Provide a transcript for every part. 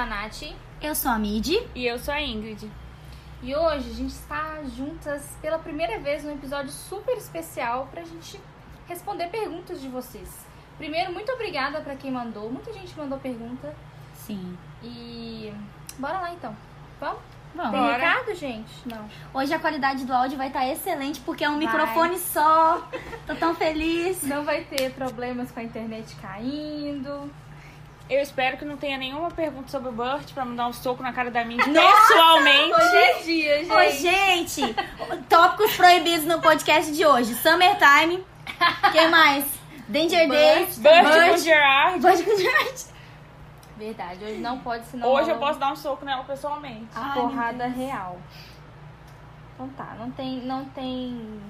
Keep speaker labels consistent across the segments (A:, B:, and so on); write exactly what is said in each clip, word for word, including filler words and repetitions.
A: Nath.
B: Eu sou a Midi.
C: E eu sou a Ingrid.
A: E hoje a gente está juntas pela primeira vez num episódio super especial pra gente responder perguntas de vocês. Primeiro, muito obrigada pra quem mandou. Muita gente mandou pergunta.
B: Sim.
A: E bora lá então. Vamos?
B: Vamos.
A: Tem
C: Bora.
A: recado, gente? Não.
B: Hoje a qualidade do áudio vai estar excelente porque é um
A: Vai.
B: microfone só. Tô tão feliz.
A: Não vai ter problemas com a internet caindo.
C: Eu espero que não tenha nenhuma pergunta sobre o Burt pra me dar um soco na cara da Mindy pessoalmente.
A: Hoje é dia, gente.
B: Ô, gente, tópicos proibidos no podcast de hoje. Summertime. Quem mais? Danger
A: Burt.
B: Days.
C: Burt com
B: Burt.
C: Gerard.
B: Burt com Gerard.
A: Verdade, hoje não pode, senão...
C: Hoje eu
A: rola
C: posso dar um soco nela pessoalmente.
A: a
B: Ai,
A: porrada
B: meu Deus.
A: real. Então tá, não tem, não tem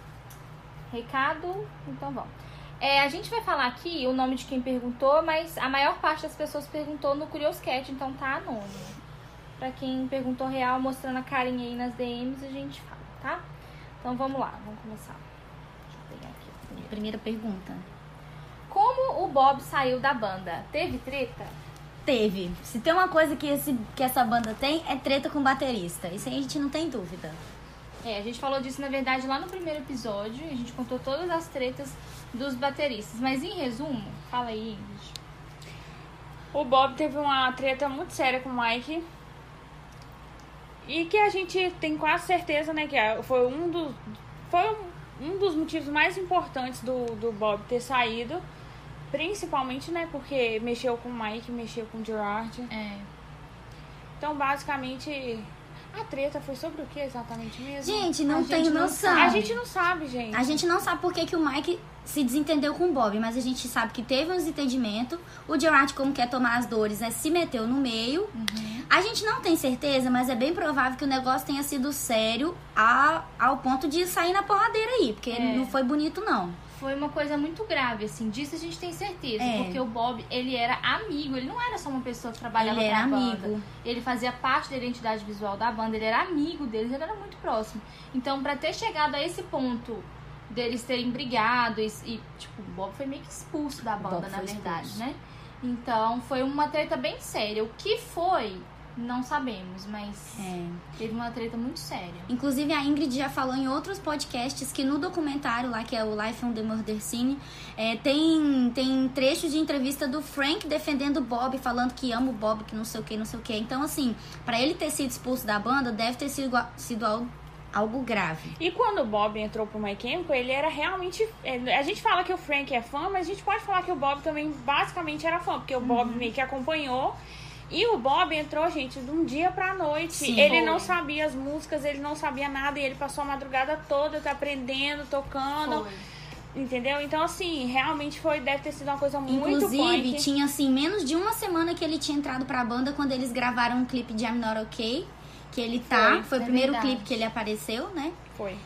A: recado, então vamos. É, a gente vai falar aqui o nome de quem perguntou, mas a maior parte das pessoas perguntou no Curioscat, então tá anônimo. Pra quem perguntou real, mostrando a carinha aí nas D Ms, a gente fala, tá? Então vamos lá, vamos começar. Deixa eu pegar aqui a primeira.
B: Primeira pergunta.
A: Como o Bob saiu da banda? Teve treta?
B: Teve. Se tem uma coisa que, esse, que essa banda tem, é treta com baterista. Isso aí a gente não tem dúvida.
A: É, a gente falou disso, na verdade, lá no primeiro episódio. A gente contou todas as tretas dos bateristas. Mas, em resumo, fala aí, Ingrid.
C: O Bob teve uma treta muito séria com o Mike. E que a gente tem quase certeza, né, que foi um dos, foi um, um dos motivos mais importantes do, do Bob ter saído. Principalmente, né, porque mexeu com o Mike, mexeu com o Gerard.
A: É.
C: Então, basicamente, a treta foi sobre o que exatamente mesmo?
B: Gente, não
A: A
B: tem
A: gente não
B: noção.
A: sabe.
C: A gente não sabe, gente.
B: A gente não sabe por que, que o Mike se desentendeu com o Bob, mas a gente sabe que teve um desentendimento. O Gerard, como quer tomar as dores, né, se meteu no meio.
A: Uhum.
B: A gente não tem certeza, mas é bem provável que o negócio tenha sido sério a, ao ponto de sair na porradeira aí, porque
A: É.
B: não foi bonito, não.
A: Foi uma coisa muito grave, assim. Disso a gente tem certeza.
B: É.
A: Porque o Bob, ele era amigo. Ele não era só uma pessoa que trabalhava
B: Ele era
A: pra banda.
B: amigo.
A: Ele fazia parte da identidade visual da banda. Ele era amigo deles. Ele era muito próximo. Então, pra ter chegado a esse ponto deles terem brigado e, e, tipo, o Bob foi meio que expulso da banda,
B: Bob
A: na
B: foi
A: verdade,
B: expulso.
A: né? Então, foi uma treta bem séria. O que foi, não sabemos, mas
B: É.
A: teve uma treta muito séria.
B: Inclusive, a Ingrid já falou em outros podcasts que no documentário lá, que é o Life on the Murder Scene, é, tem, tem trechos de entrevista do Frank defendendo o Bob, falando que ama o Bob, que não sei o que, não sei o que. Então, assim, pra ele ter sido expulso da banda, deve ter sido, sido algo, algo grave.
C: E quando o Bob entrou pro My Chemical, ele era realmente... A gente fala que o Frank é fã, mas a gente pode falar que o Bob também basicamente era fã, porque o Bob meio que acompanhou. E o Bob entrou, gente, de um dia pra noite.
B: Sim,
C: ele
A: foi.
C: não sabia as músicas, ele não sabia nada, e ele passou a madrugada toda tá aprendendo, tocando,
A: Foi.
C: entendeu? Então, assim, realmente foi, deve ter sido uma coisa muito
B: Inclusive,
C: punk.
B: tinha, assim, menos de uma semana que ele tinha entrado pra banda quando eles gravaram um clipe de I'm Not Okay, que ele tá.
C: Foi,
B: Foi, o
A: é
B: primeiro
A: verdade.
B: clipe que ele apareceu, né?
C: Foi.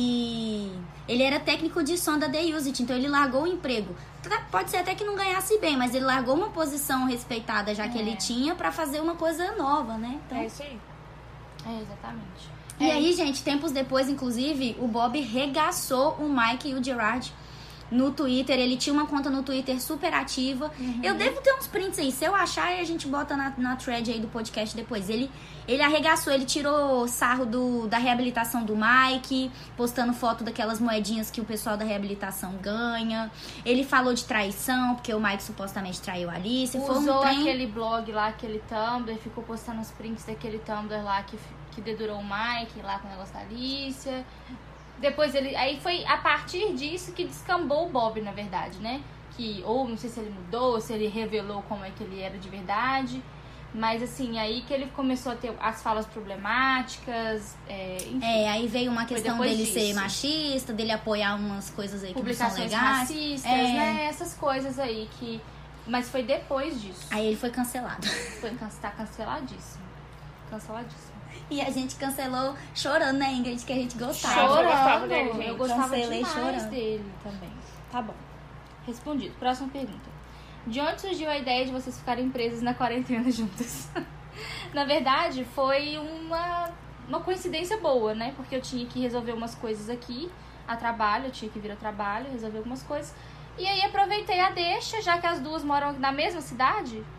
B: E ele era técnico de som da The Used, então ele largou o emprego. Tá- Pode ser até que não ganhasse bem, mas ele largou uma posição respeitada já que
A: É.
B: ele tinha pra fazer uma coisa nova, né? Então...
C: É isso aí.
A: É, exatamente.
B: E
A: É,
B: aí, gente, tempos depois, inclusive, o Bob regaçou o Mike e o Gerard no Twitter. Ele tinha uma conta no Twitter super ativa. Eu devo ter uns prints aí. Se eu achar, a gente bota na, na thread aí do podcast depois. Ele, ele arregaçou, ele tirou sarro do, da reabilitação do Mike, postando foto daquelas moedinhas que o pessoal da reabilitação ganha. Ele falou de traição, porque o Mike supostamente traiu a Alice. Foi
A: Usou
B: um trem...
A: aquele blog lá, aquele Tumblr, ficou postando os prints daquele Tumblr lá que, que dedurou o Mike lá com o negócio da Alicia. Depois ele. Aí foi a partir disso que descambou o Bob, na verdade, né? Que, ou não sei se ele mudou, ou se ele revelou como é que ele era de verdade. Mas assim, aí que ele começou a ter as falas problemáticas, é, enfim,
B: É, aí veio uma
A: Foi
B: questão
A: depois
B: dele
A: disso.
B: ser machista, dele apoiar umas coisas aí que não são
A: publicações
B: legais.
A: racistas,
B: É.
A: né? Essas coisas aí que. Mas foi depois disso.
B: Aí ele foi cancelado.
A: Foi, tá canceladíssimo. Canceladíssimo.
B: E a gente cancelou chorando, né, Ingrid? Que a gente gostava.
C: Chorando. eu gostava
A: Chorando.
C: dele, gente.
A: Eu gostava
B: Cancelei
A: demais
B: chorando.
A: dele também. Tá bom. Respondido. Próxima pergunta. De onde surgiu a ideia de vocês ficarem presas na quarentena juntas? Na verdade, foi uma, uma coincidência boa, né? Porque eu tinha que resolver umas coisas aqui a trabalho, eu tinha que vir ao trabalho, resolver algumas coisas. E aí aproveitei a deixa, já que as duas moram na mesma cidade.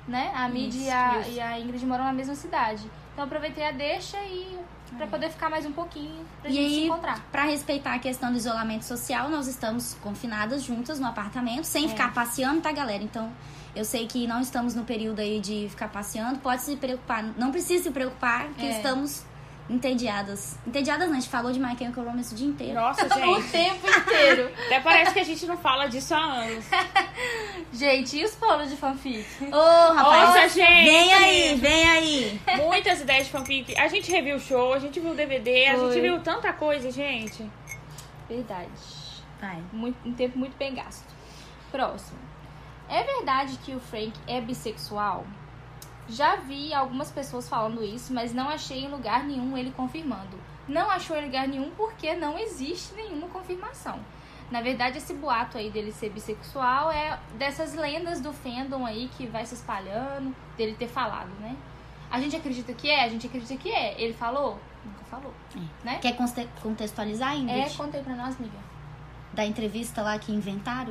A: né? A Mid
B: Isso,
A: e, a,
B: isso.
A: e a Ingrid moram na mesma cidade. Então aproveitei a deixa e pra poder ficar mais um pouquinho, pra
B: E
A: gente se
B: aí,
A: encontrar.
B: pra respeitar a questão do isolamento social, nós estamos confinadas juntas no apartamento, sem ficar passeando, tá, galera? Então, eu sei que não estamos no período aí de ficar passeando, pode se preocupar, não precisa se preocupar, que
A: É.
B: estamos entediadas. Entediadas não, a gente falou de My Chemical Romance o dia inteiro.
C: Nossa,
A: O
C: gente.
A: tempo inteiro.
C: Até parece que a gente não fala disso há anos.
A: Gente, e os planos de fanfic?
B: Ô, rapaz,
C: Nossa, gente.
B: vem aí, vem aí.
C: Muitas ideias de fanfic. A gente reviu o show, a gente viu o D V D, a
A: Foi.
C: gente viu tanta coisa, gente.
A: Verdade.
B: Vai.
A: Muito, um tempo muito bem gasto. Próximo. É verdade que o Frank é bissexual? Já vi algumas pessoas falando isso, mas não achei em lugar nenhum ele confirmando. Não achou em lugar nenhum porque não existe nenhuma confirmação. Na verdade, esse boato aí dele ser bissexual é dessas lendas do fandom aí que vai se espalhando, dele ter falado, né? A gente acredita que é? A gente acredita que é. Ele falou? Nunca falou. Né?
B: Quer conte- contextualizar, Ingrid?
A: É, contei pra nós, amiga.
B: Da entrevista lá que inventaram?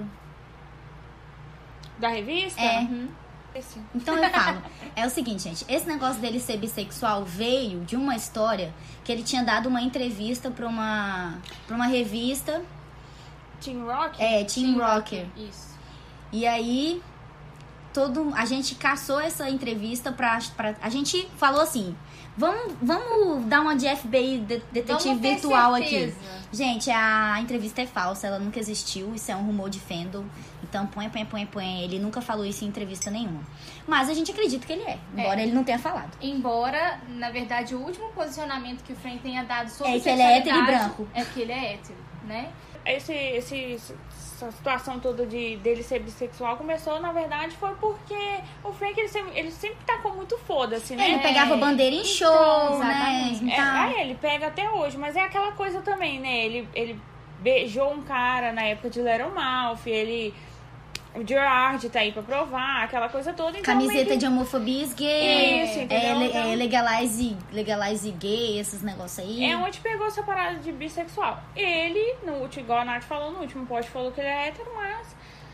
C: Da revista?
B: É.
A: Uhum.
C: Esse.
B: Então eu falo, é o seguinte, gente, esse negócio dele ser bissexual veio de uma história que ele tinha dado uma entrevista pra uma, pra uma revista,
C: Team Rock?
B: é, Team Rocker.
A: Isso.
B: E aí, todo, a gente caçou essa entrevista pra, pra... A gente falou assim, vamos, vamos dar uma de F B I, de- detetive
A: Vamos ter
B: virtual
A: certeza.
B: aqui. Gente, a entrevista é falsa, ela nunca existiu, isso é um rumor de fandom. Então, põe, põe, põe, põe. Ele nunca falou isso em entrevista nenhuma. Mas a gente acredita que ele é, embora
A: É.
B: ele não tenha falado.
A: Embora, na verdade, o último posicionamento que o Frank tenha dado sobre
B: É que ele é hétero e
A: sexualidade
B: branco.
A: É que ele é hétero, né?
C: Esse, esse, essa situação toda de, dele ser bissexual começou, na verdade, foi porque o Frank, ele sempre, ele sempre tacou muito foda-se, né?
B: Ele pegava bandeira em show, né?
A: exatamente.
C: É,
B: Então,
C: ah, ele pega até hoje, mas é aquela coisa também, né? Ele, ele beijou um cara na época de Lettermouth, ele... O Gerard tá aí pra provar, aquela coisa toda. Então
B: camiseta
C: meio que-
B: de homofobia gay.
C: Isso,
B: é,
C: entendeu?
B: le-
C: Então-
B: é, legalize, legalize gay, esses negócios aí.
C: É onde pegou essa parada de bissexual. Ele, no último, igual a Nath falou no último post, falou que ele é hétero, mas...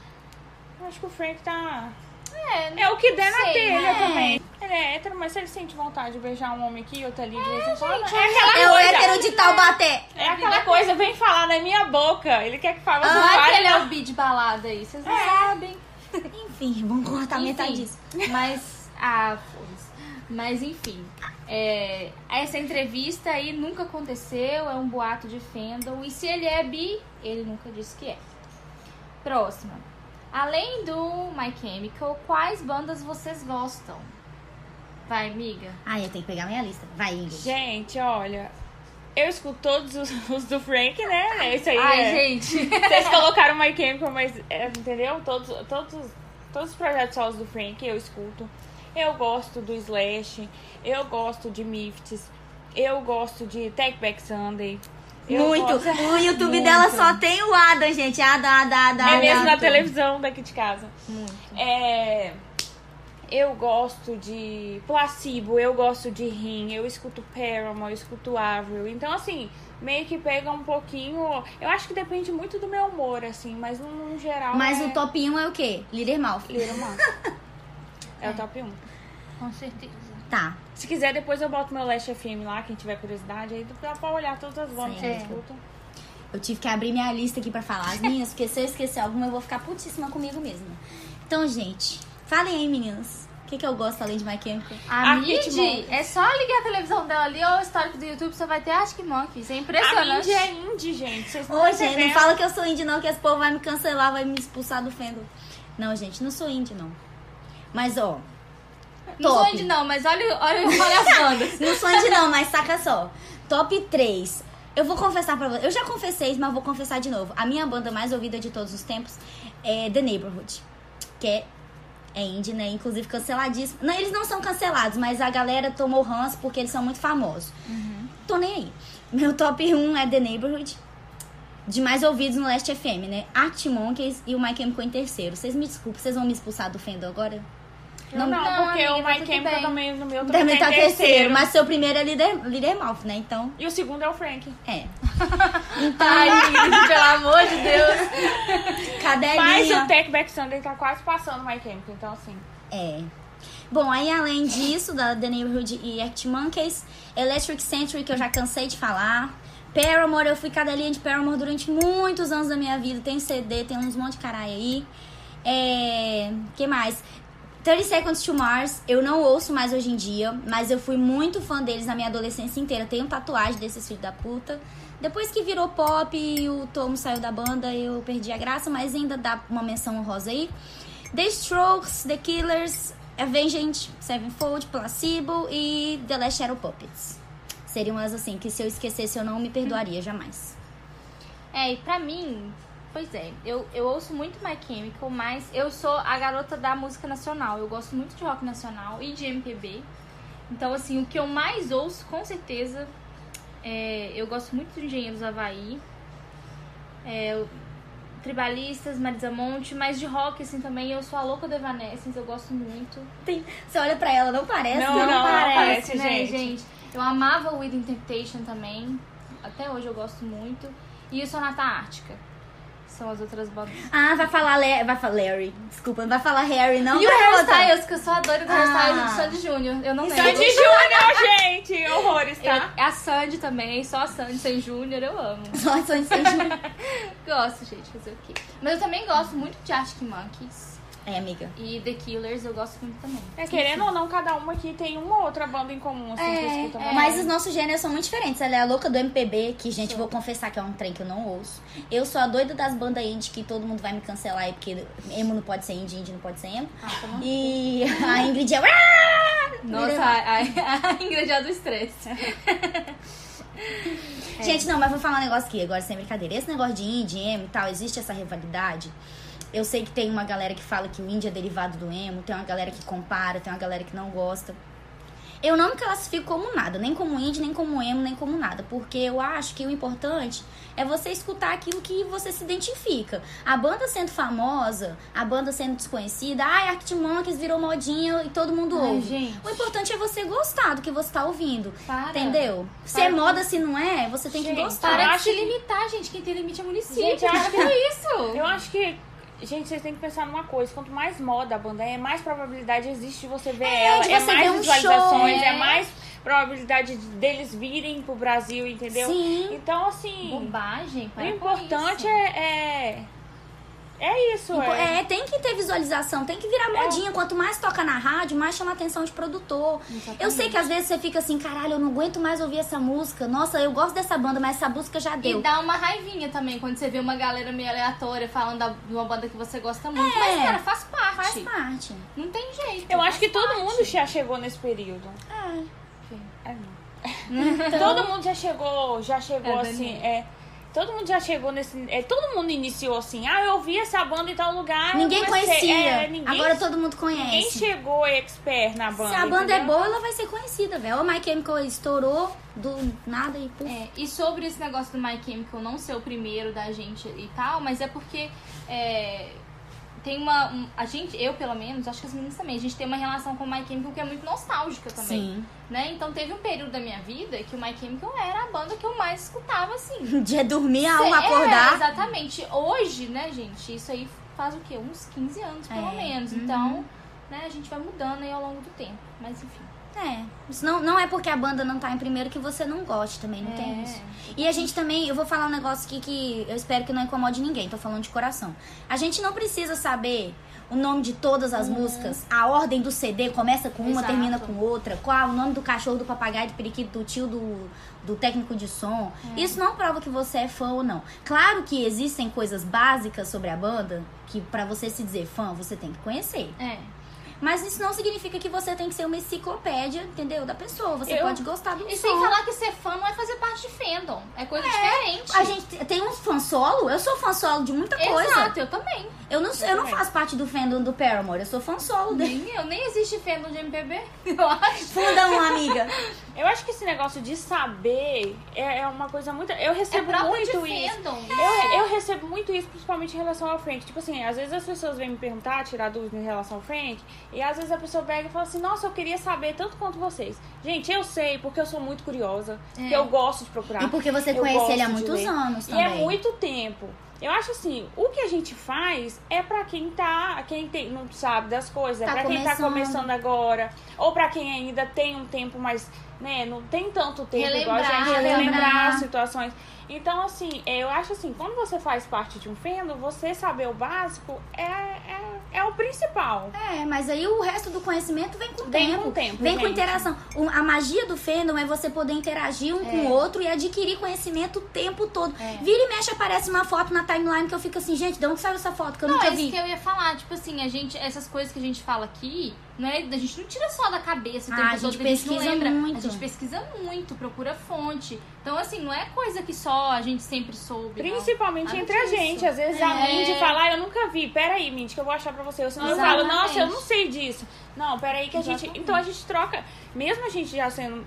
C: Eu acho que o Frank tá...
A: É,
C: É o que der na
A: sei,
C: telha
A: né?
C: também. Ele é hétero, mas se ele sente vontade de beijar um homem aqui e outro ali de vez em quando...
A: gente,
C: É aquela
B: É o
C: coisa...
B: hétero de Taubaté.
C: É aquela coisa, vem falar na minha boca. Ele quer que fale, você
A: Não é
C: fale,
A: que ele é
C: não.
A: o bi de balada aí, vocês não sabem.
B: Enfim, vamos cortar metade
A: Enfim,
B: disso.
A: mas... Ah, foda-se. Mas, enfim. é, essa entrevista aí nunca aconteceu, é um boato de fandom. E se ele é bi, ele nunca disse que é. Próxima. Além do My Chemical, quais bandas vocês gostam? Vai, amiga.
B: Ai, eu tenho que pegar minha lista. Vai, Ingrid.
C: Gente, olha... Eu escuto todos os, os do Frank, né? Esse aí
A: Ai,
C: é...
A: gente.
C: Vocês colocaram My Chemical, mas... É, entendeu? Todos, todos, todos os projetos solos do Frank eu escuto. Eu gosto do Slash. Eu gosto de Mifts. Eu gosto de Take Back Sunday. Eu
B: Muito.
C: gosto-
B: O YouTube
C: Muito.
B: dela só tem o Adam, gente. Adam, Adam, Adam.
C: É mesmo
B: Adam.
C: na televisão daqui de casa.
A: Muito.
C: É... Eu gosto de Placebo, eu gosto de Rim, eu escuto Paramore, eu escuto Avril. Então, assim, meio que pega um pouquinho... Eu acho que depende muito do meu humor, assim, mas no, no geral
B: Mas
C: é...
B: o top um é o quê? Little Mouth.
C: Little Mouth. É o top um.
A: Com certeza.
B: Tá.
C: Se quiser, depois eu boto meu Last F M lá, quem tiver curiosidade, aí dá pra olhar todas as bandas que eu
A: É.
C: escuto.
B: Eu tive que abrir minha lista aqui pra falar as minhas, porque se eu esquecer alguma, eu vou ficar putíssima comigo mesma. Então, gente, falem aí, meninas. O que, que eu gosto além de My Chemical?
A: A
C: A
A: Mid,
C: Hitmon.
A: é só ligar a televisão dela ali ou o histórico do YouTube, você vai ter Arctic Monkeys. É
C: A
A: impressionante.
C: Mindy é indie, gente. Vocês não
B: Ô,
C: estão
B: gente, não
C: entendendo.
B: fala que eu sou indie, não, que esse povo vai me cancelar, vai me expulsar do fandom. Não, gente, não sou indie, não. Mas, ó,
A: Não
B: top.
A: sou indie não, mas olha, olha, olha as bandas.
B: não sou indie, não, mas saca só. Top três. Eu vou confessar pra vocês. Eu já confessei, mas vou confessar de novo. A minha banda mais ouvida de todos os tempos é The Neighborhood. Que é, é indie, né? Inclusive canceladíssimo. Não, eles não são cancelados, mas a galera tomou ranço porque eles são muito famosos. Tô nem aí. Meu top um é The Neighborhood. De mais ouvidos no Last F M, né? Arctic Monkeys e o My Chemical em terceiro. Vocês me desculpem, vocês vão me expulsar do fandom agora?
C: Não, não,
A: Não,
C: porque
A: amiga,
C: o
A: tá
C: My
A: tudo
C: Chemical
A: bem.
C: também, no meu também
B: Também
C: tá
B: tá
C: em
B: terceiro, mas seu primeiro é Líder, líder Mouth, né? Então,
C: E o segundo é o Frank.
B: é.
A: Ai, Ingrid, pelo amor de Deus.
C: Mas
B: Cadelinha.
C: o Take Back Sunday tá quase passando o My Chemical, então assim...
B: É. Bom, aí além disso, da The Neighborhood e Arctic Monkeys, Electric Century, que eu já cansei de falar. Paramore, eu fui cadelinha de Paramore durante muitos anos da minha vida. Tem C D, tem uns monte de caralho aí. É... que mais? thirty Seconds to Mars, eu não ouço mais hoje em dia, mas eu fui muito fã deles na minha adolescência inteira. Tenho tatuagem desses filhos da puta. Depois que virou pop e o Tom saiu da banda, eu perdi a graça, mas ainda dá uma menção honrosa aí. The Strokes, The Killers, Avenged Sevenfold, Placebo e The Last Shadow Puppets. Seriam as assim, que se eu esquecesse eu não me perdoaria jamais.
A: É, e pra mim, pois é, eu, eu ouço muito My Chemical, mas eu sou a garota da música nacional. Eu gosto muito de rock nacional e de M P B. Então, assim, o que eu mais ouço, com certeza, é, eu gosto muito de Engenheiros do Havaí, é, Tribalistas, Marisa Monte, mas de rock, assim, também eu sou a louca do Evanescence, eu gosto muito.
B: Tem, você olha pra ela, não parece?
C: Não,
A: Não,
C: não,
A: parece,
C: parece,
A: né,
C: gente.
A: gente? Eu amava o Within Temptation também. Até hoje eu gosto muito. E o Sonata Ártica. São as outras bandas.
B: Ah, vai falar, Le... vai falar Larry. Desculpa, vai falar Harry, não
A: E o
B: vai
A: Harry
B: outra.
A: Styles, que eu sou a doida do Harry
B: Ah.
A: Styles e do Sandy Júnior. Eu não lembro.
C: Sandy Júnior, gente! Horrores, tá?
A: Eu- a Sandy também, só a Sandy sem Júnior, eu amo.
B: Só só incêndio.
A: Gosto, gente, fazer o quê? Mas eu também gosto muito de Arctic Monkeys.
B: É, amiga.
A: E The Killers eu gosto muito também.
C: É, querendo ou não, cada uma aqui tem uma ou outra banda em comum, assim, que
A: É,
C: escuta
A: é.
C: muito.
B: Mas os nossos gêneros são muito diferentes. Ela é a louca do M P B, que, gente, vou confessar que é um trem que eu não ouço. Eu sou a doida das bandas indie, que todo mundo vai me cancelar aí, porque emo não pode ser indie, indie não pode ser emo.
A: Ah, tá bom.
B: E a Ingrid é... "Ah!"
A: Nossa, a, a, a Ingrid é do estresse.
B: Gente, não, mas vou falar um negócio aqui, agora sem brincadeira. Esse negócio de indie, emo e tal, existe essa rivalidade. Eu sei que tem uma galera que fala que o indie é derivado do emo, tem uma galera que compara, tem uma galera que não gosta. Eu não me classifico como nada, nem como indie, nem como emo, nem como nada, porque eu acho que o importante é você escutar aquilo que você se identifica. A banda sendo famosa, a banda sendo desconhecida, ai, Arctic Monkeys virou modinha e todo mundo
A: Ai,
B: ouve.
A: gente.
B: O importante é você gostar do que você tá ouvindo,
A: Para.
B: entendeu? Se é
A: Para.
B: moda, se não é, você tem
C: Gente,
B: que gostar.
A: Para
C: Eu
A: de
C: acho
A: se
C: que-
A: limitar, gente. Quem tem limite é o município.
C: Gente, eu acho que-
A: é isso.
C: Eu acho que, gente, vocês têm que pensar numa coisa. Quanto mais moda a banda é, mais probabilidade existe de você ver
B: É,
C: ela.
B: de
C: É
B: você
C: mais
B: ver um
C: visualizações,
A: show,
C: é
A: é.
C: mais probabilidade de- deles virem pro Brasil, entendeu?
B: Sim.
C: Então, assim,
A: Bobagem.
C: o
A: para com
C: importante
A: isso.
C: é, é... É isso,
B: Impo-
C: é.
B: É, tem que ter visualização, tem que virar modinha. Quanto mais toca na rádio, mais chama a atenção de produtor.
A: Exatamente.
B: Eu sei que às vezes você fica assim, caralho, eu não aguento mais ouvir essa música. Nossa, eu gosto dessa banda, mas essa música já deu.
A: E dá uma raivinha também quando você vê uma galera meio aleatória falando da- de uma banda que você gosta muito.
B: É.
A: Mas, cara, faz parte.
B: Faz parte.
A: Não tem jeito.
C: Eu acho que
A: faz
C: todo
A: parte.
C: mundo já chegou nesse período.
B: É.
C: Ai, não. Todo mundo já chegou, já chegou
A: É,
C: assim,
A: Daniel.
C: é. Todo mundo já chegou nesse. É, todo mundo iniciou assim, ah, eu ouvi essa banda em tal lugar. eu
B: Ninguém
C: comecei-
B: conhecia.
C: é, ninguém,
B: Agora todo mundo
C: ninguém
B: conhece.
C: chegou expert na banda.
B: Se a banda é
C: entendeu?
B: boa, ela vai ser conhecida, velho. O My Chemical estourou do nada e puf.
A: É, e sobre esse negócio do My Chemical não ser o primeiro da gente e tal, mas é porque é, tem uma... um- a gente, eu pelo menos, acho que as meninas também, a gente tem uma relação com o My Chemical que é muito nostálgica também.
B: Sim.
A: Né? Então teve um período da minha vida que o My Chemical era a banda que eu mais escutava, assim.
B: De dormir a um
A: É,
B: acordar.
A: exatamente. Hoje, né, gente, isso aí faz o quê? Uns quinze anos, pelo
B: É.
A: menos.
B: Uhum.
A: Então, né, a gente vai mudando aí ao longo do tempo. Mas enfim.
B: É, isso não, não é porque a banda não tá em primeiro que você não goste também, não tem
A: É.
B: isso. E a gente também, eu vou falar um negócio aqui que eu espero que não incomode ninguém, tô falando de coração. A gente não precisa saber o nome de todas as músicas, a ordem do C D, começa com uma,
A: Exato.
B: termina com outra, qual o nome do cachorro, do papagaio, do periquito, do tio, do, do técnico de som. Isso não prova que você é fã ou não. Claro que existem coisas básicas sobre a banda que pra você se dizer fã, você tem que conhecer.
A: É.
B: Mas isso não significa que você tem que ser uma enciclopédia, entendeu? Da pessoa. Você
C: Eu-
B: pode gostar do
A: E
B: som.
A: sem falar que ser fã não é fazer parte de fandom. É coisa diferente.
B: A gente tem uns fã solo. Eu sou fã solo de muita coisa.
A: Exato, eu também.
B: Eu não, eu, não
C: também.
B: faço parte do fandom do Paramore. Eu sou fã solo dele.
A: Nem eu, nem existe fandom de M P B, eu acho.
B: Funda uma amiga.
C: Eu acho que esse negócio de saber é, é uma coisa muito. Eu
A: É
C: recebo
A: próprio de
C: muito isso.
A: fandom.
C: Eu, eu recebo muito isso, principalmente em relação ao Frank. Tipo assim, às vezes as pessoas vêm me perguntar, tirar dúvidas em relação ao Frank, e às vezes a pessoa pega e fala assim, nossa, eu queria saber tanto quanto vocês. Gente, eu sei, porque eu sou muito curiosa, porque eu gosto de procurar.
B: E porque você
C: eu
B: conhece
C: gosto
B: ele há
C: de
B: muitos
C: ler.
B: anos
C: E
B: também.
C: é muito tempo. Eu acho assim, o que a gente faz é pra quem tá, quem tem, não sabe das coisas, é
B: Tá
C: pra quem
B: começando.
C: tá começando agora, ou pra quem ainda tem um tempo mais, né, não tem tanto tempo igual a
A: Relembrar,
C: gente, relembrar
B: relembrar.
C: situações. Então, assim, eu acho assim, quando você faz parte de um fandom, você saber o básico é, é, é o principal.
B: É, mas aí o resto do conhecimento vem com o
C: Vem
B: tempo.
C: com o tempo,
B: Vem com
C: gente.
B: interação. O- A magia do fandom é você poder interagir um com o outro e adquirir conhecimento o tempo todo.
A: É.
B: Vira e mexe, aparece uma foto na timeline que eu fico assim, gente, de onde saiu essa foto que eu
A: Não,
B: nunca
A: é
B: vi?
A: isso que eu ia falar. Tipo assim, a gente, essas coisas que a gente fala aqui, não é, a gente não tira só da cabeça o
B: Ah,
A: tempo
B: a gente
A: todo, que a gente não
B: pesquisa
A: lembra.
B: muito.
A: A gente pesquisa muito, procura fonte. Então, assim, não é coisa que só a gente sempre soube. não.
C: Principalmente
A: Nada
C: entre a
A: disso.
C: gente. Às vezes a
A: É.
C: Mindy fala, ah, eu nunca vi. Peraí, Mindy, que eu vou achar pra você. Ou senão eu falo,
A: Exatamente.
C: nossa, eu não sei disso. Não, peraí que a gente...
A: Exatamente.
C: Então a gente troca... Mesmo a gente já sendo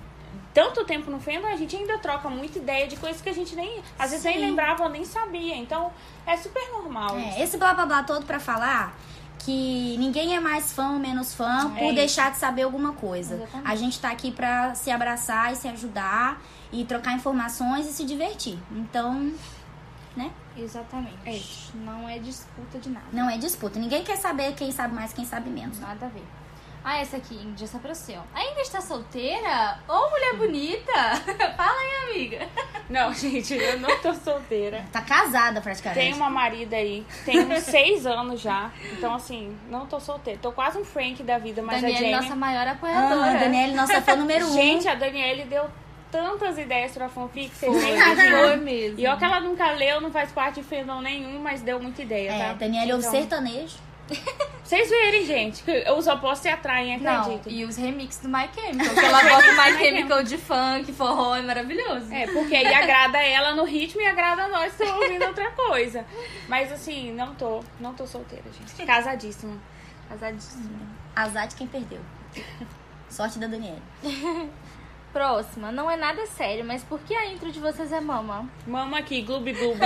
C: tanto tempo no fandom, a gente ainda troca muita ideia de coisas que a gente nem... Às vezes nem
B: Sim.
C: lembrava ou nem sabia. Então é super normal.
B: É,
C: isso.
B: esse blá blá blá todo pra falar que ninguém é mais fã ou menos fã
C: É
B: por
C: isso.
B: deixar de saber alguma coisa.
A: Exatamente.
B: A gente tá aqui pra se abraçar e se ajudar e trocar informações e se divertir. Então, né?
A: Exatamente.
C: É isso.
A: Não é disputa de nada.
B: Não é disputa. Ninguém quer saber quem sabe mais, quem sabe menos.
A: Nada a ver. Ah, essa aqui, Índia, essa pra você, ó. Ainda está solteira? Ô, mulher bonita! Fala aí, amiga.
C: Não, gente, eu não tô solteira.
B: Tá casada praticamente.
C: Tenho uma marida aí, tem uns seis anos já. Então, assim, não tô solteira. Tô quase um Frank da vida, mas a
A: Daniela,
C: Jamie...
A: nossa maior
B: Ah,
A: apoiadora.
B: Daniela, nossa fã número um.
C: Gente, a Daniele deu tantas ideias pra fanfic, vocês
A: Foi,
C: nem imaginam.
A: foi mesmo.
C: E ó que ela nunca leu, não faz parte de fandom nenhum, mas deu muita ideia,
B: É,
C: tá?
B: Daniela ouve
C: Então,
B: sertanejo.
C: vocês verem, gente, que os opostos se atraem,
A: Não,
C: acredito.
A: e os remixes do My Chemical. Que ela bota o My Chemical de funk, forró, é maravilhoso.
C: É, porque aí agrada ela no ritmo e agrada nós que estamos ouvindo outra coisa. Mas assim, não tô, não tô solteira, gente. Casadíssima.
A: Casadíssima.
B: Azar de quem perdeu. Sorte da Daniela.
A: Próxima, não é nada sério, mas por que a intro de vocês é mama?
C: Mama aqui, gloob gloob.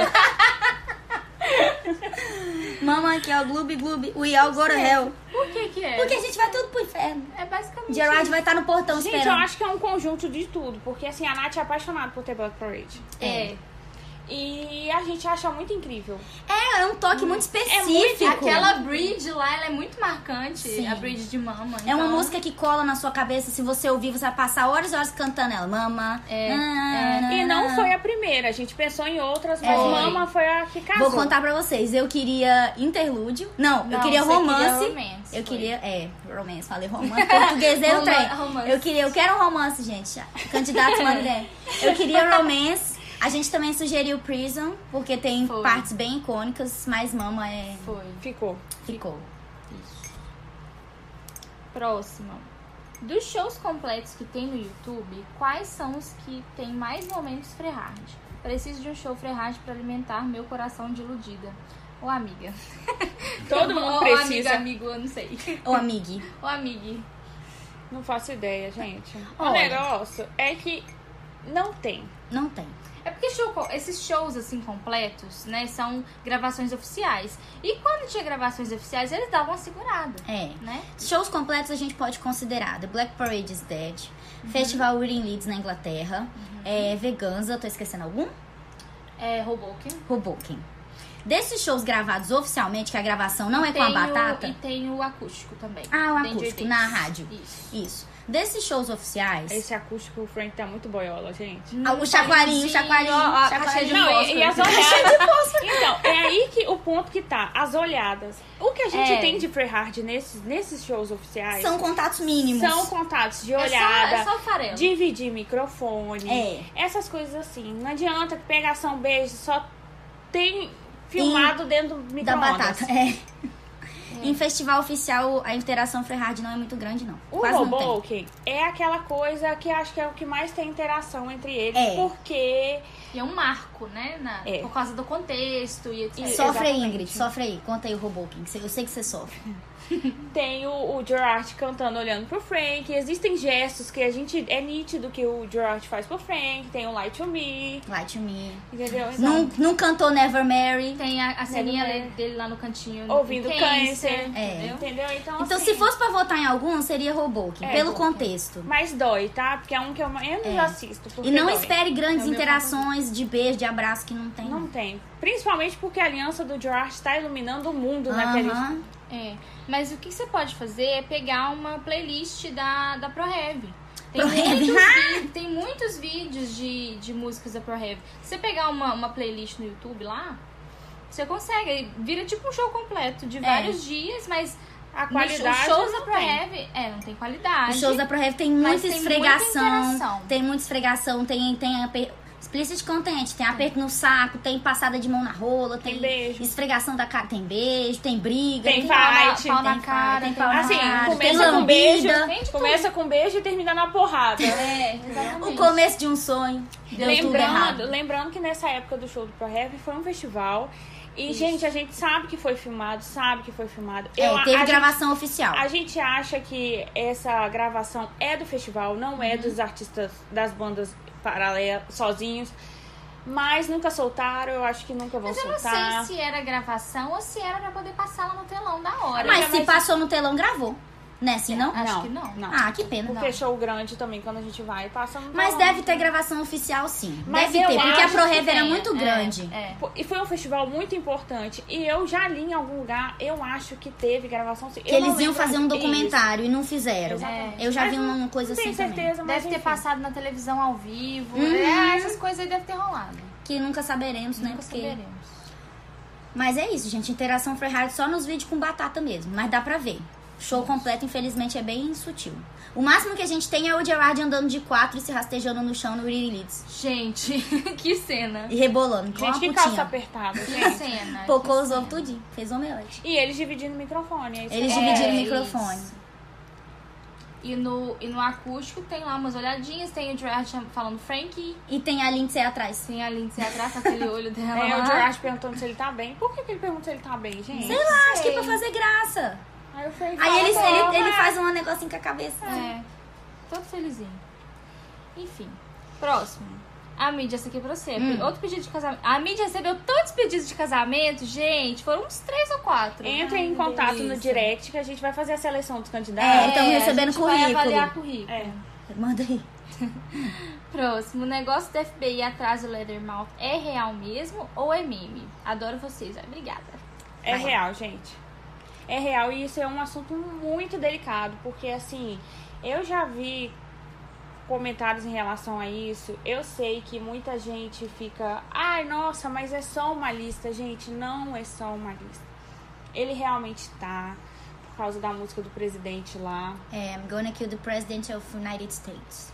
B: Mamãe aqui, ó, gloob gloob. We all go to hell.
A: Por que que é?
B: Porque a gente vai tudo pro inferno.
A: é basicamente
B: Gerard
A: isso.
B: vai estar no portão
C: Gente, eu
B: esperando.
C: acho que é um conjunto de tudo. Porque assim, a Nath é apaixonada por ter Black Parade.
A: É.
C: E a gente acha muito incrível.
B: É, é um toque muito específico.
A: muito- Aquela bridge lá, ela é muito marcante.
B: Sim.
A: A bridge de mama.
B: É uma
A: então-
B: música que cola na sua cabeça. Se você ouvir, você vai passar horas e horas cantando ela. Mama.
A: É,
B: na,
C: E
B: na,
C: não
B: na.
C: foi a primeira, a gente pensou em outras, mas
B: É.
C: Mama foi a que casou.
B: Vou contar pra vocês. Eu queria interlúdio. Não,
A: Não,
B: eu queria
A: você
B: romance.
A: queria romance,
B: eu
A: foi.
B: queria. É, romance. Falei romance. Portugueseiro
A: Roma-
B: trem.
A: romance.
B: Eu queria. Eu quero um romance, gente. Candidatos mandem ideia. Eu queria romance. A gente também sugeriu Prison, porque tem
A: Foi.
B: partes bem icônicas, mas Mama é.
A: Foi.
C: Ficou.
B: Ficou.
A: Isso. Próxima. Dos shows completos que tem no YouTube, quais são os que tem mais momentos Frehard? Preciso de um show Frehard pra alimentar meu coração de iludida. Ô, amiga.
C: Todo mundo
A: Ô,
C: precisa.
A: amiga, amigo, eu não sei.
B: Ô, amigue.
A: Ô, amigue.
C: Não faço ideia, gente. O
B: Olha.
C: negócio é que não tem.
B: Não tem.
A: É porque show, esses shows assim completos, né, são gravações oficiais. E quando tinha gravações oficiais, eles davam uma segurada,
B: É.
A: né?
B: Shows completos a gente pode considerar The Black Parade is Dead, Festival Reading Leeds na Inglaterra, é, Veganza, tô esquecendo algum?
A: É, Hoboken.
B: Hoboken. Desses shows gravados oficialmente, que a gravação não é com a
A: Tem o-
B: batata.
A: E tem o acústico também.
B: Ah, o
A: Tem
B: acústico,
A: J Ds.
B: na rádio.
A: Isso.
B: Isso. Desses shows oficiais.
C: Esse acústico, o Frank tá muito boiola, gente.
B: Ah, o chacoalhinho, o
A: Sim,
B: chacoalhinho,
A: ó, ó, a
B: chacoalhinho.
A: caixinha de
C: Não,
A: fósforo.
C: e, e as olhadas. Então, é aí que o ponto que tá. As olhadas. O que a gente
A: É.
C: tem de Frehard nesses, nesses shows oficiais
B: São contatos mínimos.
C: são contatos de
A: É só,
C: olhada.
A: é só farelo.
C: Dividir microfone.
B: É.
C: Essas coisas assim. Não adianta que pegação beijo só tem filmado dentro do
B: Da
C: micro-ondas.
B: batata. É. Em festival oficial, a interação Frehard não é muito grande, não.
C: O
B: Quase não tem.
C: Hoboken é aquela coisa que acho que é o que mais tem interação entre eles.
B: É.
C: Porque
A: E é um marco, né? na-
C: É.
A: Por causa do contexto e etcétera.
B: Sofre aí,
C: Exatamente.
B: Ingrid, sofre aí. Conta aí o Hoboken, que eu sei que você sofre.
C: tem o, o Gerard cantando olhando pro Frank. Existem gestos que a gente... É nítido que o Gerard faz pro Frank. Tem o Light to Me.
B: Light to me.
C: Entendeu? Então,
B: Não, não cantou Never Marry.
A: Tem a, a ceninha
C: Never
A: dele lá no cantinho.
C: ouvindo
A: do
C: Câncer. É,
B: É.
C: entendeu? Então,
B: Então,
C: assim,
B: se fosse pra votar em algum, seria Hoboken,
C: É,
B: pelo
C: Hoboken.
B: contexto.
C: Mas dói, tá? Porque é um que eu menos
B: É.
C: assisto. porque
B: E não
C: dói.
B: espere grandes
C: É o meu
B: interações de beijo, de abraço, que não tem.
C: Não tem. Principalmente porque a aliança do Gerard está iluminando o mundo naquele...
B: Aham.
A: É, mas o que você pode fazer é pegar uma playlist da, da ProRev. Tem,
B: ProRev.
A: muitos vi- tem muitos vídeos de, de músicas da ProRev. Se você pegar uma, uma playlist no YouTube lá, você consegue. Vira tipo um show completo de vários dias, mas
C: A
A: nos
C: qualidade
A: shows da
C: não tem.
A: ProRev, é, não tem qualidade.
B: Os shows da ProRev tem
A: Mas
B: muita
A: tem muita
B: esfregação.
A: interação.
B: Tem muita esfregação, tem, tem aper... explicit content, tem aperto no saco, tem passada de mão na rola, tem,
C: Tem beijo.
B: esfregação da cara, tem beijo, tem briga,
C: Tem
B: tem,
C: pau na-
A: pau na
B: tem
A: cara,
B: tem
A: tem
B: pau na
C: Assim,
B: cara, tem
C: começa com beijo,
B: lambida.
A: Tem de
C: começa com beijo e termina na porrada.
A: É, exatamente.
B: O começo de um sonho. Deu tudo
C: Lembrando,
B: errado.
C: lembrando que nessa época do show do ProRev foi um festival. E, gente, a gente sabe que foi filmado, sabe que foi filmado.
B: É,
C: Eu-
B: teve
C: a
B: gravação oficial.
C: Gente, a gente acha que essa gravação é do festival, não é dos artistas das bandas paralelas, sozinhos. Mas nunca soltaram, eu acho que nunca vão
A: Mas eu não
C: soltar.
A: sei se era gravação ou se era pra poder passar lá no telão da hora.
B: Mas
C: Amiga,
B: se
C: mas-
B: passou no telão, gravou. Né, assim, não?
A: Acho que não.
B: Ah, que pena.
C: Porque show grande também, quando a gente vai, passa no
B: Mas
C: telão.
B: deve ter gravação oficial, sim.
C: Mas
B: deve
C: eu
B: ter, porque a
C: acho
B: ProRev
A: que
B: era
A: tenha.
B: muito
A: É,
B: grande.
A: É.
C: E foi um festival muito importante. E eu já li em algum lugar, eu acho que teve gravação.
B: Que eles iam fazer um documentário e não fizeram.
C: Exatamente.
B: Eu já
C: Mas
B: vi
C: não-
B: uma coisa
C: Não tenho
B: assim também.
C: certeza, mas
A: Deve ter
C: enfim.
A: passado na televisão ao vivo.
B: Uhum.
A: É, essas coisas aí devem ter rolado.
B: Que nunca saberemos, né?
A: Nunca
B: Porque...
A: saberemos.
B: Mas é isso, gente. Interação foi hard só nos vídeos com batata mesmo. Mas dá pra ver. Show completo, infelizmente, é bem sutil. O máximo que a gente tem é o Gerard andando de quatro e se rastejando no chão no Really Leeds.
A: Gente, que cena.
B: E rebolando, com
C: Gente,
B: uma
C: que
B: putinha.
C: calça apertada,
A: Que
C: gente.
A: cena.
B: Pocou
A: que
B: os ovos
A: cena.
B: tudinho. Fez omelete.
C: E eles dividindo o microfone. É isso
B: Eles
C: que-
B: dividiram o
A: É,
B: microfone.
A: isso. E no, e no acústico tem lá umas olhadinhas, tem o Gerard falando Frankie,
B: E tem a Lindsay atrás.
A: tem a Lindsay atrás com aquele olho dela
C: É,
A: lá.
C: o Gerard perguntando se ele tá bem. Por que, que ele pergunta se ele tá bem, gente?
B: Sei lá, acho que é pra fazer graça.
C: Aí eu falei,
B: Aí ele,
C: fala,
B: ele,
C: "Toma."
B: ele faz um negocinho com a cabeça.
A: É, todo felizinho. Enfim, próximo. A mídia, essa aqui é pra você.
B: Hum.
A: Outro pedido de casamento. A mídia recebeu tantos pedidos de casamento, gente. Foram uns três ou quatro.
C: Entra
A: Ai,
C: em
A: que
C: contato no
A: delícia.
C: direct que a gente vai fazer a seleção dos
B: É,
C: candidatos.
B: então
A: a
B: recebendo
A: gente vai
B: currículo.
A: avaliar currículo.
C: É.
B: Manda aí.
A: Próximo, o negócio do F B I atrás do Leathermouth é real mesmo ou é meme? Adoro vocês, ai, obrigada.
C: É
B: Vai.
C: real, gente. É real e isso é um assunto muito delicado, porque assim, eu já vi comentários em relação a isso. Eu sei que muita gente fica, ai, nossa, mas é só uma lista, gente. Não é só uma lista. Ele realmente tá, por causa da música do presidente lá.
B: É, I'm gonna kill the president of United States.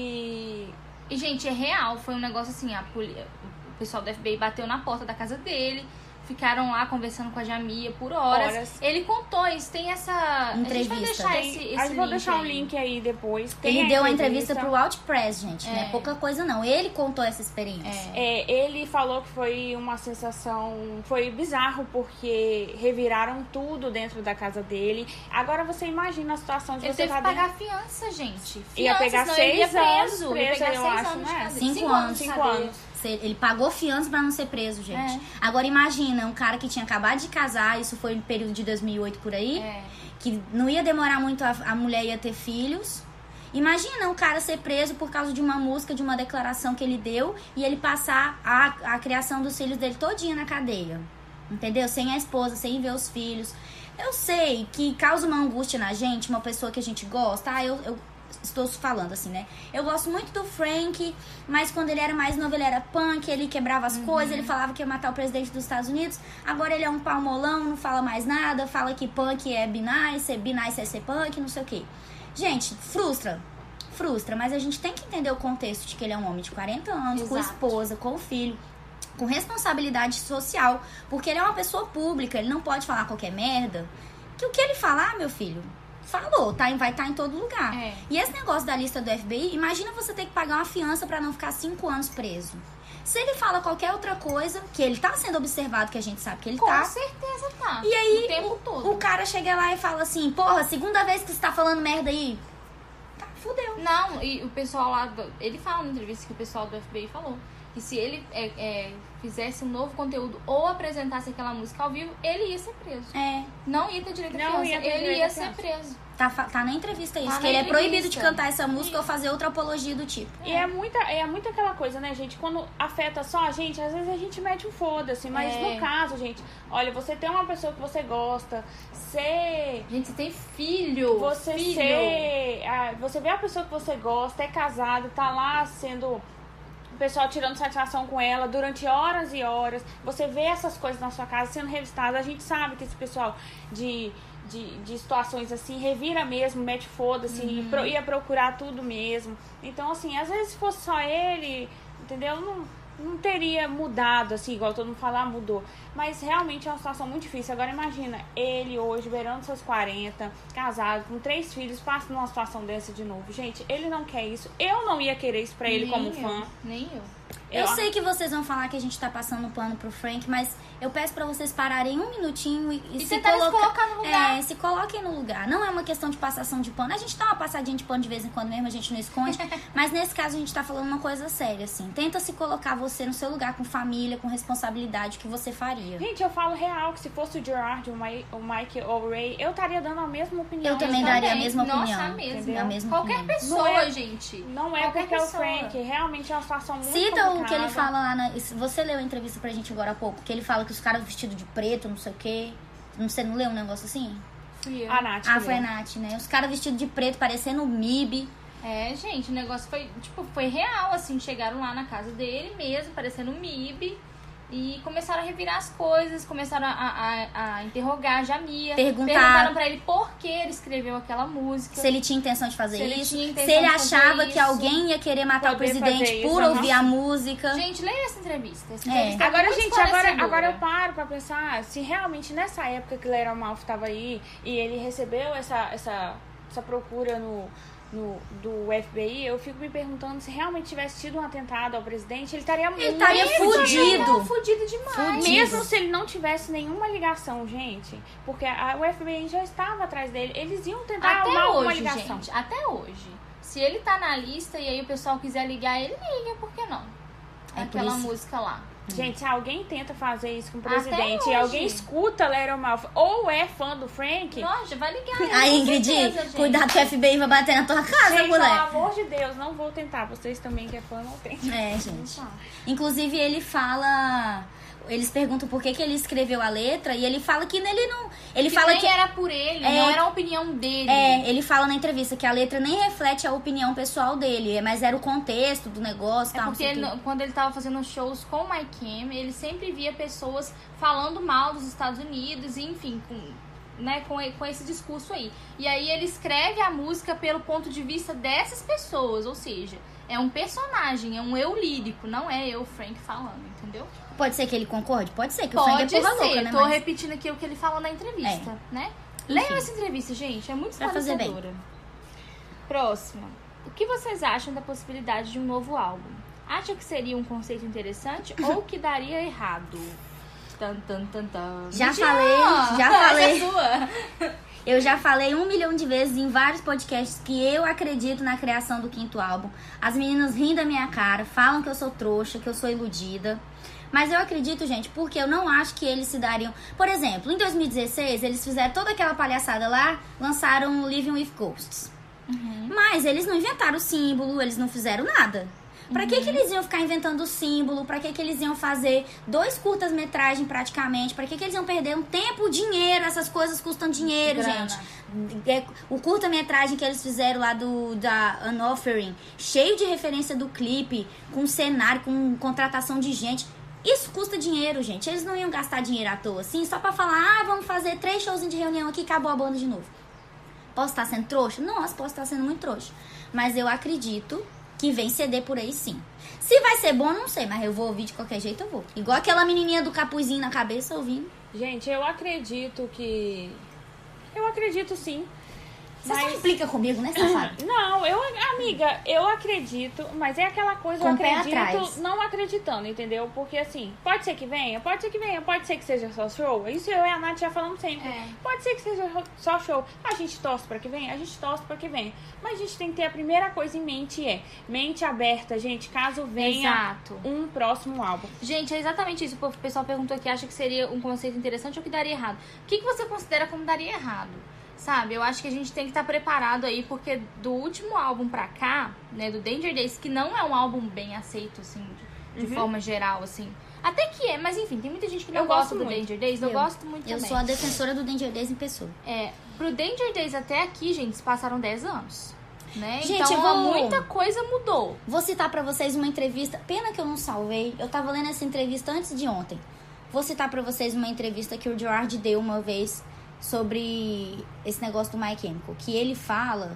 C: E
A: E, gente, é real. Foi um negócio assim, a poli... o pessoal do F B I bateu na porta da casa dele. Ficaram lá conversando com a Jamia por horas.
C: Horas.
A: Ele contou isso, tem essa...
B: Entrevista.
A: A gente vai deixar
C: tem,
A: esse, esse
C: a gente vou
A: link
C: deixar um
A: aí.
C: link aí depois. Tem
B: Ele deu a entrevista pro Outpress, gente. Não é
A: É.
B: pouca coisa, não. Ele contou essa experiência.
A: É.
C: É, ele falou que foi uma sensação, foi bizarro porque reviraram tudo dentro da casa dele. Agora você imagina a situação de
A: Ele
C: você
A: teve
C: tá
A: que pagar
C: dentro...
A: fiança, gente. Fiança,
C: Ia pegar
A: senão ele ia
C: seis anos
A: preso.
C: preso,
A: ia pegar
C: eu
A: seis
C: acho,
A: anos
C: né?
A: de cadeia.
B: Cinco
A: de
B: anos.
C: Cinco
A: cadeia.
C: anos.
B: Ele pagou fiança pra não ser preso, gente.
A: É.
B: Agora imagina, um cara que tinha acabado de casar, isso foi no período de dois mil e oito por aí,
A: É.
B: que não ia demorar muito, a, a mulher ia ter filhos. Imagina um cara ser preso por causa de uma música, de uma declaração que ele deu, e ele passar a, a criação dos filhos dele todinha na cadeia. Entendeu? Sem a esposa, sem ver os filhos. Eu sei que causa uma angústia na gente, uma pessoa que a gente gosta. Ah, eu, eu estou falando assim, né? Eu gosto muito do Frank, mas quando ele era mais novo, ele era punk, ele quebrava as coisas, ele falava que ia matar o presidente dos Estados Unidos. Agora ele é um palmolão, não fala mais nada, fala que punk é be-nice, é be-nice é ser punk, não sei o quê. Gente, frustra. Frustra, mas a gente tem que entender o contexto de que ele é um homem de quarenta anos, com
A: Exato.
B: esposa, com filho, com responsabilidade social, porque ele é uma pessoa pública, ele não pode falar qualquer merda. Que o que ele falar, meu filho, falou, tá? Vai estar em todo lugar.
A: É.
B: E esse negócio da lista do F B I, imagina você ter que pagar uma fiança pra não ficar cinco anos preso. Se ele fala qualquer outra coisa, que ele tá sendo observado, que a gente sabe que ele
A: Com
B: tá.
A: certeza tá.
B: E aí,
A: o tempo todo.
B: O cara chega lá e fala assim, porra, segunda vez que você tá falando merda aí. Tá, fudeu.
A: Não, e o pessoal lá, do... ele fala na entrevista que o pessoal do F B I falou que se ele é, é, fizesse um novo conteúdo ou apresentasse aquela música ao vivo, ele ia ser preso.
B: É.
A: Não ia ter direito à
C: Não
A: fiança,
C: ia ter
A: ele
C: direito
A: ia
C: à
A: ser
C: fiança.
A: preso.
B: Tá, fa- tá na entrevista isso,
A: Tá
B: que
A: na
B: ele é
A: entrevista.
B: proibido de cantar essa música ou fazer outra apologia do tipo.
C: E é muita, é muita aquela coisa, né, gente? Quando afeta só a gente, às vezes a gente mete um foda-se. Mas
A: É.
C: no caso, gente, olha, você tem uma pessoa que você gosta, ser...
A: Gente, você tem filho.
C: Você
A: filho.
C: ser... ah, você vê a pessoa que você gosta, é casado, tá lá sendo... O pessoal tirando satisfação com ela durante horas e horas. Você vê essas coisas na sua casa sendo revistadas. A gente sabe que esse pessoal de... De, de situações assim, revira mesmo, mete foda-se,
A: Uhum.
C: e pro, ia procurar tudo mesmo. Então, assim, às vezes se fosse só ele, entendeu? Não, não teria mudado, assim, igual todo mundo fala, ah, mudou. Mas realmente é uma situação muito difícil. Agora imagina, ele hoje, beirando seus quarenta, casado, com três filhos, passa numa situação dessa de novo. Gente, ele não quer isso. Eu não ia querer isso pra ele
A: Nem
C: como
A: eu,
C: fã.
A: Nem eu.
B: Eu sei que vocês vão falar que a gente tá passando pano pro Frank, mas eu peço pra vocês pararem um minutinho e, e
A: E
B: se
A: tentarem se
B: coloca-
A: colocar no lugar.
B: É, se coloquem no lugar. Não é uma questão de passação de pano. A gente dá uma passadinha de pano de vez em quando mesmo, a gente não esconde. Mas nesse caso a gente tá falando uma coisa séria, assim. Tenta se colocar você no seu lugar, com família, com responsabilidade, que você faria.
C: Gente, eu falo real que se fosse o Gerard, o Mike, o Mike ou o Ray, eu estaria dando a mesma opinião.
B: Eu também daria a
A: Também.
B: mesma
A: Nossa,
B: opinião.
A: a mesma.
B: Entendeu? A mesma
A: Qualquer
B: opinião.
A: pessoa,
C: Não é-
A: gente.
C: Não é
A: Qualquer
C: porque é o
A: pessoa.
C: Frank, realmente é uma situação muito
B: Cita
C: complicada.
B: o que ele fala lá na... Você leu a entrevista pra gente agora há pouco? Que ele fala que os caras vestidos de preto, não sei o quê. Você não leu um negócio assim?
A: Fui eu.
C: A Nath.
B: Ah,
C: que
B: foi a
C: leu.
B: Nath, né? Os caras vestidos de preto, parecendo o M I B.
A: É, gente, o negócio foi, tipo, foi real, assim, chegaram lá na casa dele mesmo, parecendo um M I B, e começaram a revirar as coisas, começaram a, a, a interrogar a Jamia.
B: Perguntar-
A: Perguntaram pra ele por que ele escreveu aquela música.
B: Se ele tinha intenção de fazer
A: Se ele
B: isso.
A: tinha intenção
B: Se ele
A: de fazer
B: achava que
A: isso.
B: alguém ia querer matar
C: Poder
B: o presidente
C: fazer
B: por
C: isso,
B: ouvir
C: aham.
B: a música.
A: Gente, leia essa entrevista. Essa
B: É.
A: entrevista é
C: Agora,
A: muito
C: gente, agora,
A: esclarecedora.
C: agora eu paro pra pensar se realmente nessa época que Leron Malf tava aí e ele recebeu essa, essa, essa procura no, no, do F B I, eu fico me perguntando se realmente tivesse tido um atentado ao presidente, ele estaria muito
B: estaria fudido.
A: Não, fudido demais.
B: Fudido.
C: Mesmo se ele não tivesse nenhuma ligação, gente, porque a, o F B I já estava atrás dele, eles iam tentar
A: Até
C: arrumar alguma
A: hoje,
C: ligação.
A: gente, até hoje. Se ele tá na lista e aí o pessoal quiser ligar, ele liga, por que não?
B: É por
A: Aquela
B: isso-
A: música lá.
C: Gente, se alguém tenta fazer isso com o
A: Até
C: presidente e
A: hoje.
C: alguém escuta Leron Malf ou é fã do Frank,
A: Nossa, vai ligar. né?
B: Aí,
A: Com
B: Ingrid,
A: certeza, gente.
B: cuidado que o F B I vai bater na tua casa,
C: gente,
B: mulher.
C: pelo amor de Deus, não vou tentar. Vocês também que é fã, não tentem.
B: É, gente. Inclusive, ele fala... Eles perguntam por que, que ele escreveu a letra e ele fala que nele não... Ele
A: Que
B: fala
A: nem
B: que...
A: era por ele,
B: É.
A: não era a opinião dele.
B: É, ele fala na entrevista que a letra nem reflete a opinião pessoal dele, mas era o contexto do negócio e
A: É
B: tal, não
A: porque
B: sei o
A: ele
B: quê.
A: não- quando ele tava fazendo shows com o Mike Cam, ele sempre via pessoas falando mal dos Estados Unidos, e, enfim, com, né, com, com esse discurso aí. E aí ele escreve a música pelo ponto de vista dessas pessoas, ou seja, é um personagem, é um eu lírico, não é eu, Frank, falando, entendeu?
B: Pode ser que ele concorde? Pode ser, que o Frank
A: Pode
B: é porra
A: ser,
B: louca, né?
A: tô
B: Mas...
A: repetindo aqui o que ele falou na entrevista, né? Leiam essa entrevista, gente, é muito
B: Pra fazer bem.
A: esclarecedora. Próxima. O que vocês acham da possibilidade de um novo álbum? Acham que seria um conceito interessante ou que daria errado? Tan, tan, tan, tan.
B: Já
A: Mentira!
B: falei, já
A: Essa
B: falei.
A: é sua.
B: Eu já falei um milhão de vezes em vários podcasts que eu acredito na criação do quinto álbum. As meninas riem da minha cara, falam que eu sou trouxa, que eu sou iludida. Mas eu acredito, gente, porque eu não acho que eles se dariam... Por exemplo, em dois mil e dezesseis, eles fizeram toda aquela palhaçada lá, lançaram Living with Ghosts. Mas eles não inventaram o símbolo, eles não fizeram nada. Pra que que eles iam ficar inventando símbolo? Pra que que eles iam fazer dois curtas-metragens praticamente? Pra que que eles iam perder um tempo, dinheiro? Essas coisas custam dinheiro,
A: Grana.
B: gente. É, o curta-metragem que eles fizeram lá do da Unoffering, cheio de referência do clipe, com cenário, com contratação de gente. Isso custa dinheiro, gente. Eles não iam gastar dinheiro à toa, assim, só pra falar, ah, vamos fazer três showzinhos de reunião aqui e acabou a banda de novo. Posso estar sendo trouxa? Nossa, posso estar sendo muito trouxa. Mas eu acredito que vem C D por aí sim. Se vai ser bom, não sei, mas eu vou ouvir de qualquer jeito, eu vou. Igual aquela menininha do capuzinho na cabeça ouvindo.
C: Gente, eu acredito que... Eu acredito sim.
B: Você
C: Mas-
B: só implica comigo, né, safada?
C: Não, eu, amiga, eu acredito, mas é aquela coisa,
B: Com
C: eu
B: o pé
C: acredito
B: atrás.
C: não acreditando, entendeu? Porque assim, pode ser que venha, pode ser que venha, pode ser que seja só show. Isso eu e a Nath já falamos sempre.
A: É.
C: Pode ser que seja só show. A gente torce pra que venha, a gente torce pra que venha. Mas a gente tem que ter a primeira coisa em mente, é mente aberta, gente, caso venha
A: Exato.
C: um próximo álbum.
A: Gente, é exatamente isso. O pessoal perguntou aqui, acha que seria um conceito interessante ou que daria errado. O que, que você considera como daria errado? Sabe, eu acho que a gente tem que estar preparado aí, porque do último álbum pra cá, né, do Danger Days, que não é um álbum bem aceito, assim, de, de
C: Uhum.
A: forma geral, assim. Até que é, mas enfim, tem muita gente que não
C: Eu
A: gosta
C: gosto
A: do
C: muito.
A: Danger Days, eu,
B: Eu-
A: gosto muito
B: Eu
A: também.
B: sou a defensora do Danger Days em pessoa.
A: É, pro Danger Days até aqui, gente, se passaram dez anos, né?
B: Gente,
A: então,
B: eu vou-
A: muita coisa mudou.
B: Vou citar pra vocês uma entrevista. Pena que eu não salvei. Eu tava lendo essa entrevista antes de ontem. Vou citar pra vocês uma entrevista que o Gerard deu uma vez sobre esse negócio do My Chemical. Que ele fala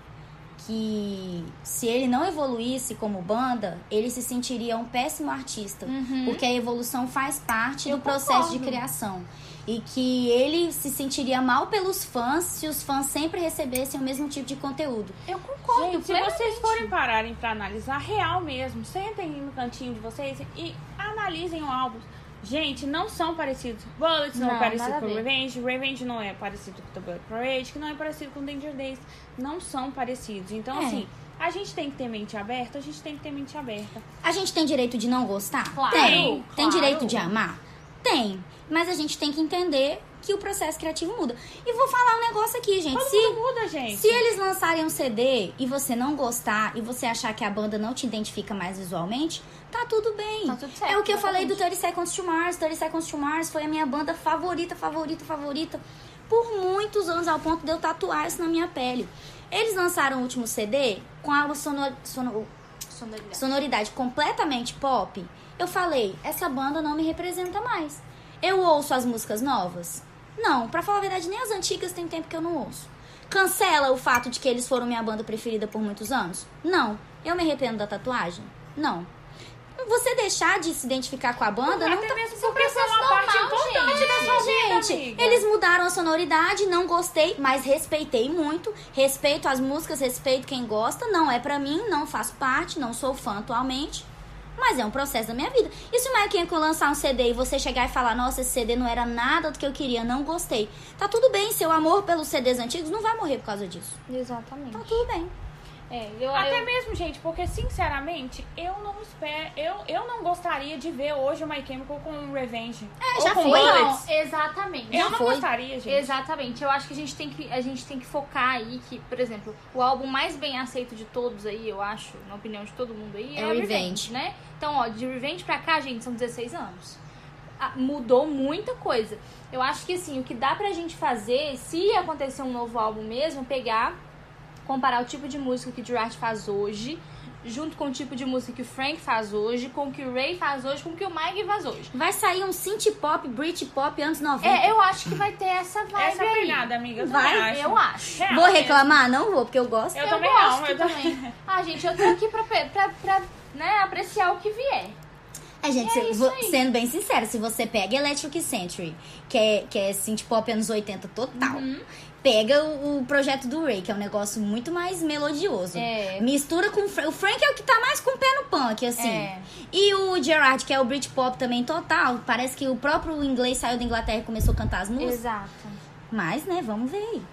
B: que se ele não evoluísse como banda, ele se sentiria um péssimo artista.
A: Uhum.
B: Porque a evolução faz parte
A: Eu
B: do processo de
A: concordo.
B: criação. E que ele se sentiria mal pelos fãs se os fãs sempre recebessem o mesmo tipo de conteúdo.
A: Eu concordo,
C: Gente, se
A: plenamente.
C: vocês forem pararem pra analisar real mesmo, sentem no cantinho de vocês e analisem o álbum. Gente, não são parecidos. Bullets não,
A: Não,
C: é parecido
A: nada a
C: com
A: ver.
C: Revenge. Revenge não é parecido com The Bullet Parade, que não é parecido com Danger Days. Não são parecidos. Então,
B: É.
C: assim, a gente tem que ter mente aberta, a gente tem que ter mente aberta.
B: A gente tem direito de não gostar?
A: Claro,
B: Tem. Tem
A: claro.
B: direito de amar? Tem. Mas a gente tem que entender que o processo criativo muda. E vou falar um negócio aqui, gente.
C: Todo
B: Se,
C: mundo muda, gente.
B: se eles lançarem um C D e você não gostar e você achar que a banda não te identifica mais visualmente, tá tudo bem.
A: Tá tudo certo,
B: é o que eu falei do
A: exatamente.
B: thirty Seconds to Mars. thirty Seconds to Mars foi a minha banda favorita, favorita, favorita. Por muitos anos, ao ponto de eu tatuar isso na minha pele. Eles lançaram o último C D com a sonor, sonor,
A: Sonoridade.
B: sonoridade completamente pop. Eu falei, essa banda não me representa mais. Eu ouço as músicas novas? Não, pra falar a verdade, nem as antigas tem tempo que eu não ouço. Cancela o fato de que eles foram minha banda preferida por muitos anos? Não. Eu me arrependo da tatuagem? Não. Você deixar de se identificar com a banda não
C: Até
B: tá...
C: mesmo
A: Isso é um
C: porque foi uma
A: processo
C: parte
A: normal,
C: importante
A: gente.
C: da sua vida,
B: Gente,
C: amiga.
B: eles mudaram a sonoridade, não gostei, mas respeitei muito. Respeito as músicas, respeito quem gosta. Não é pra mim, não faço parte, não sou fã atualmente. Mas é um processo da minha vida. E se o My Chemical lançar um C D e você chegar e falar, nossa, esse C D não era nada do que eu queria, não gostei. Tá tudo bem, seu amor pelos C Ds antigos não vai morrer por causa disso.
A: Exatamente.
B: Tá tudo bem.
A: É, eu,
C: Até
A: eu-
C: mesmo, gente, porque sinceramente, eu não espero, eu, eu não gostaria de ver hoje o My Chemical com Revenge.
B: É,
C: ou
B: já
C: com
B: foi.
C: Bullets.
A: Não, exatamente.
C: Eu
B: Já
C: não
B: foi.
C: gostaria, gente.
A: Exatamente. Eu acho que a gente tem que a gente tem que focar aí que, por exemplo, o álbum mais bem aceito de todos aí, eu acho, na opinião de todo mundo aí, é,
B: É
A: o
B: Revenge.
A: Revenge, né? Então, ó, de Revenge pra cá, gente, são dezesseis anos. Ah, mudou muita coisa. Eu acho que assim, o que dá pra gente fazer, se acontecer um novo álbum mesmo, pegar, comparar o tipo de música que o Gerard faz hoje, junto com o tipo de música que o Frank faz hoje, com o que o Ray faz hoje, com o que o Mike faz hoje.
B: Vai sair um synth pop, Brit pop anos noventa.
A: É, eu acho que vai ter essa vibe
C: Essa
A: aí.
C: pegada, amiga. Eu
B: Vai,
C: também acho.
A: Eu acho.
C: Real,
B: Vou
C: mesmo.
B: reclamar? Não vou, porque eu gosto.
C: Eu,
A: Eu
C: também
A: gosto
C: não. Eu
A: também. Ah, gente, eu tô aqui pra, pra, pra né, apreciar o que vier.
B: É, gente,
A: É
B: se-
A: isso
B: vou-
A: aí.
B: sendo bem sincera, se você pega Electric Century, que é, que é synth pop anos oitenta total,
A: Uhum.
B: pega o, o projeto do Ray, que é um negócio muito mais melodioso.
A: É.
B: Mistura com o Frank. O Frank é o que tá mais com o pé no punk, assim.
A: É.
B: E o Gerard, que é o Britpop também total. Parece que o próprio inglês saiu da Inglaterra e começou a cantar as músicas.
A: Exato.
B: Mas, né, vamos ver aí.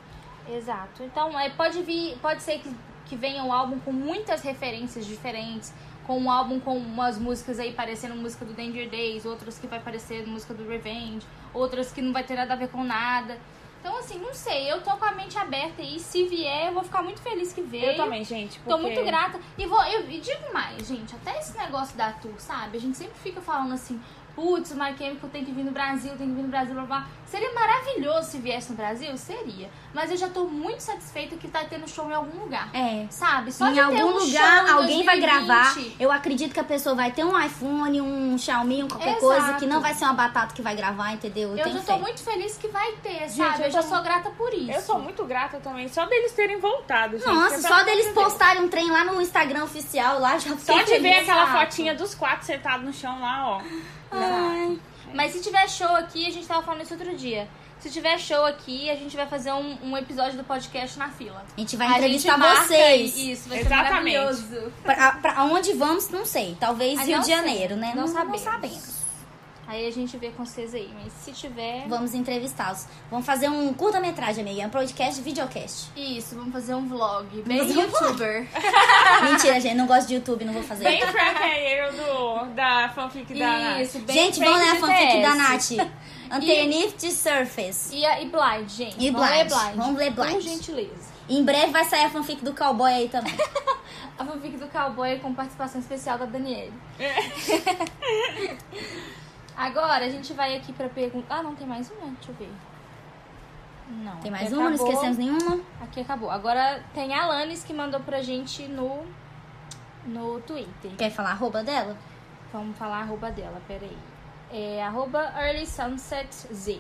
A: Exato. Então, é, pode vir, pode ser que, que venha um álbum com muitas referências diferentes, com um álbum com umas músicas aí parecendo música do Danger Days, outras que vai parecer música do Revenge, outras que não vai ter nada a ver com nada. Então, assim, não sei, eu tô com a mente aberta aí, se vier, eu vou ficar muito feliz que veio.
C: Eu também, gente.
A: Tô
C: porque-
A: muito grata. E vou, eu, e digo mais, gente, até esse negócio da tour, sabe? A gente sempre fica falando assim, putz, o My Chemical tem que vir no Brasil, tem que vir no Brasil, blá, blá. Seria maravilhoso se viesse no Brasil? Seria. Mas eu já tô muito satisfeita que tá tendo show em algum lugar.
B: É.
A: Sabe? Só
B: Em
A: de ter
B: algum
A: um
B: lugar,
A: show em
B: alguém vai
A: dois mil e
B: gravar.
A: vinte.
B: Eu acredito que a pessoa vai ter um iPhone, um Xiaomi, um qualquer
A: Exato.
B: coisa, que não vai ser uma batata que vai gravar, entendeu?
A: Eu
B: tenho
A: já
B: fé.
A: tô muito feliz que vai ter, sabe?
C: eu
A: eu já
C: tô
A: sou grata por isso.
C: Eu sou muito grata também, só deles terem voltado, gente.
B: Nossa,
C: Porque,
B: só
C: pelo
B: deles
C: amor de Deus.
B: postarem um trem lá no Instagram oficial, lá já
C: Só
B: fiquei
C: de ver
B: feliz.
C: aquela
A: exato.
C: fotinha dos quatro sentados no chão lá, ó.
B: Ai.
A: Mas se tiver show aqui, a gente tava falando isso outro dia. Se tiver show aqui, a gente vai fazer um, um episódio do podcast na fila.
B: A gente vai
A: A
B: entrevistar
A: gente marca
B: vocês.
A: Isso, vai
C: Exatamente.
A: ser maravilhoso.
B: Pra, pra onde vamos, não sei. Talvez
A: Ah,
B: Rio
A: não
B: de
A: sei.
B: Janeiro, né?
A: Não
B: Não,
A: sabemos.
B: não sabemos.
A: Aí a gente vê com vocês aí, mas se tiver...
B: Vamos entrevistá-los. Vamos fazer um curta-metragem, amiga. Um podcast e videocast.
A: Isso, vamos fazer um vlog. Bem
B: fazer um
A: youtuber.
B: Mentira, gente. Não gosto de YouTube, não vou fazer.
C: Bem Frank é eu do, da fanfic da Nath.
A: Isso, bem
B: Gente, vamos ler a
A: frente
B: fanfic
A: de
B: da
A: T S.
B: Nath. Underneath the Surface.
A: E, a- e Blind, gente.
B: E
A: vamos ler
B: Blind.
A: Blind.
B: Vamos ler Blind.
A: Por gentileza.
B: Em breve vai sair a fanfic do cowboy aí também.
A: A fanfic do cowboy com participação especial da Daniele. Agora a gente vai aqui pra perguntar. Ah, não, tem mais uma? Deixa eu ver. Não.
B: Tem mais
A: aqui
B: uma? Não
A: acabou.
B: esquecemos nenhuma?
A: Aqui acabou. Agora tem a Alanis que mandou pra gente no, no Twitter.
B: Quer falar a arroba dela?
A: Vamos falar a arroba dela, peraí. É arroba Early Sunset Z.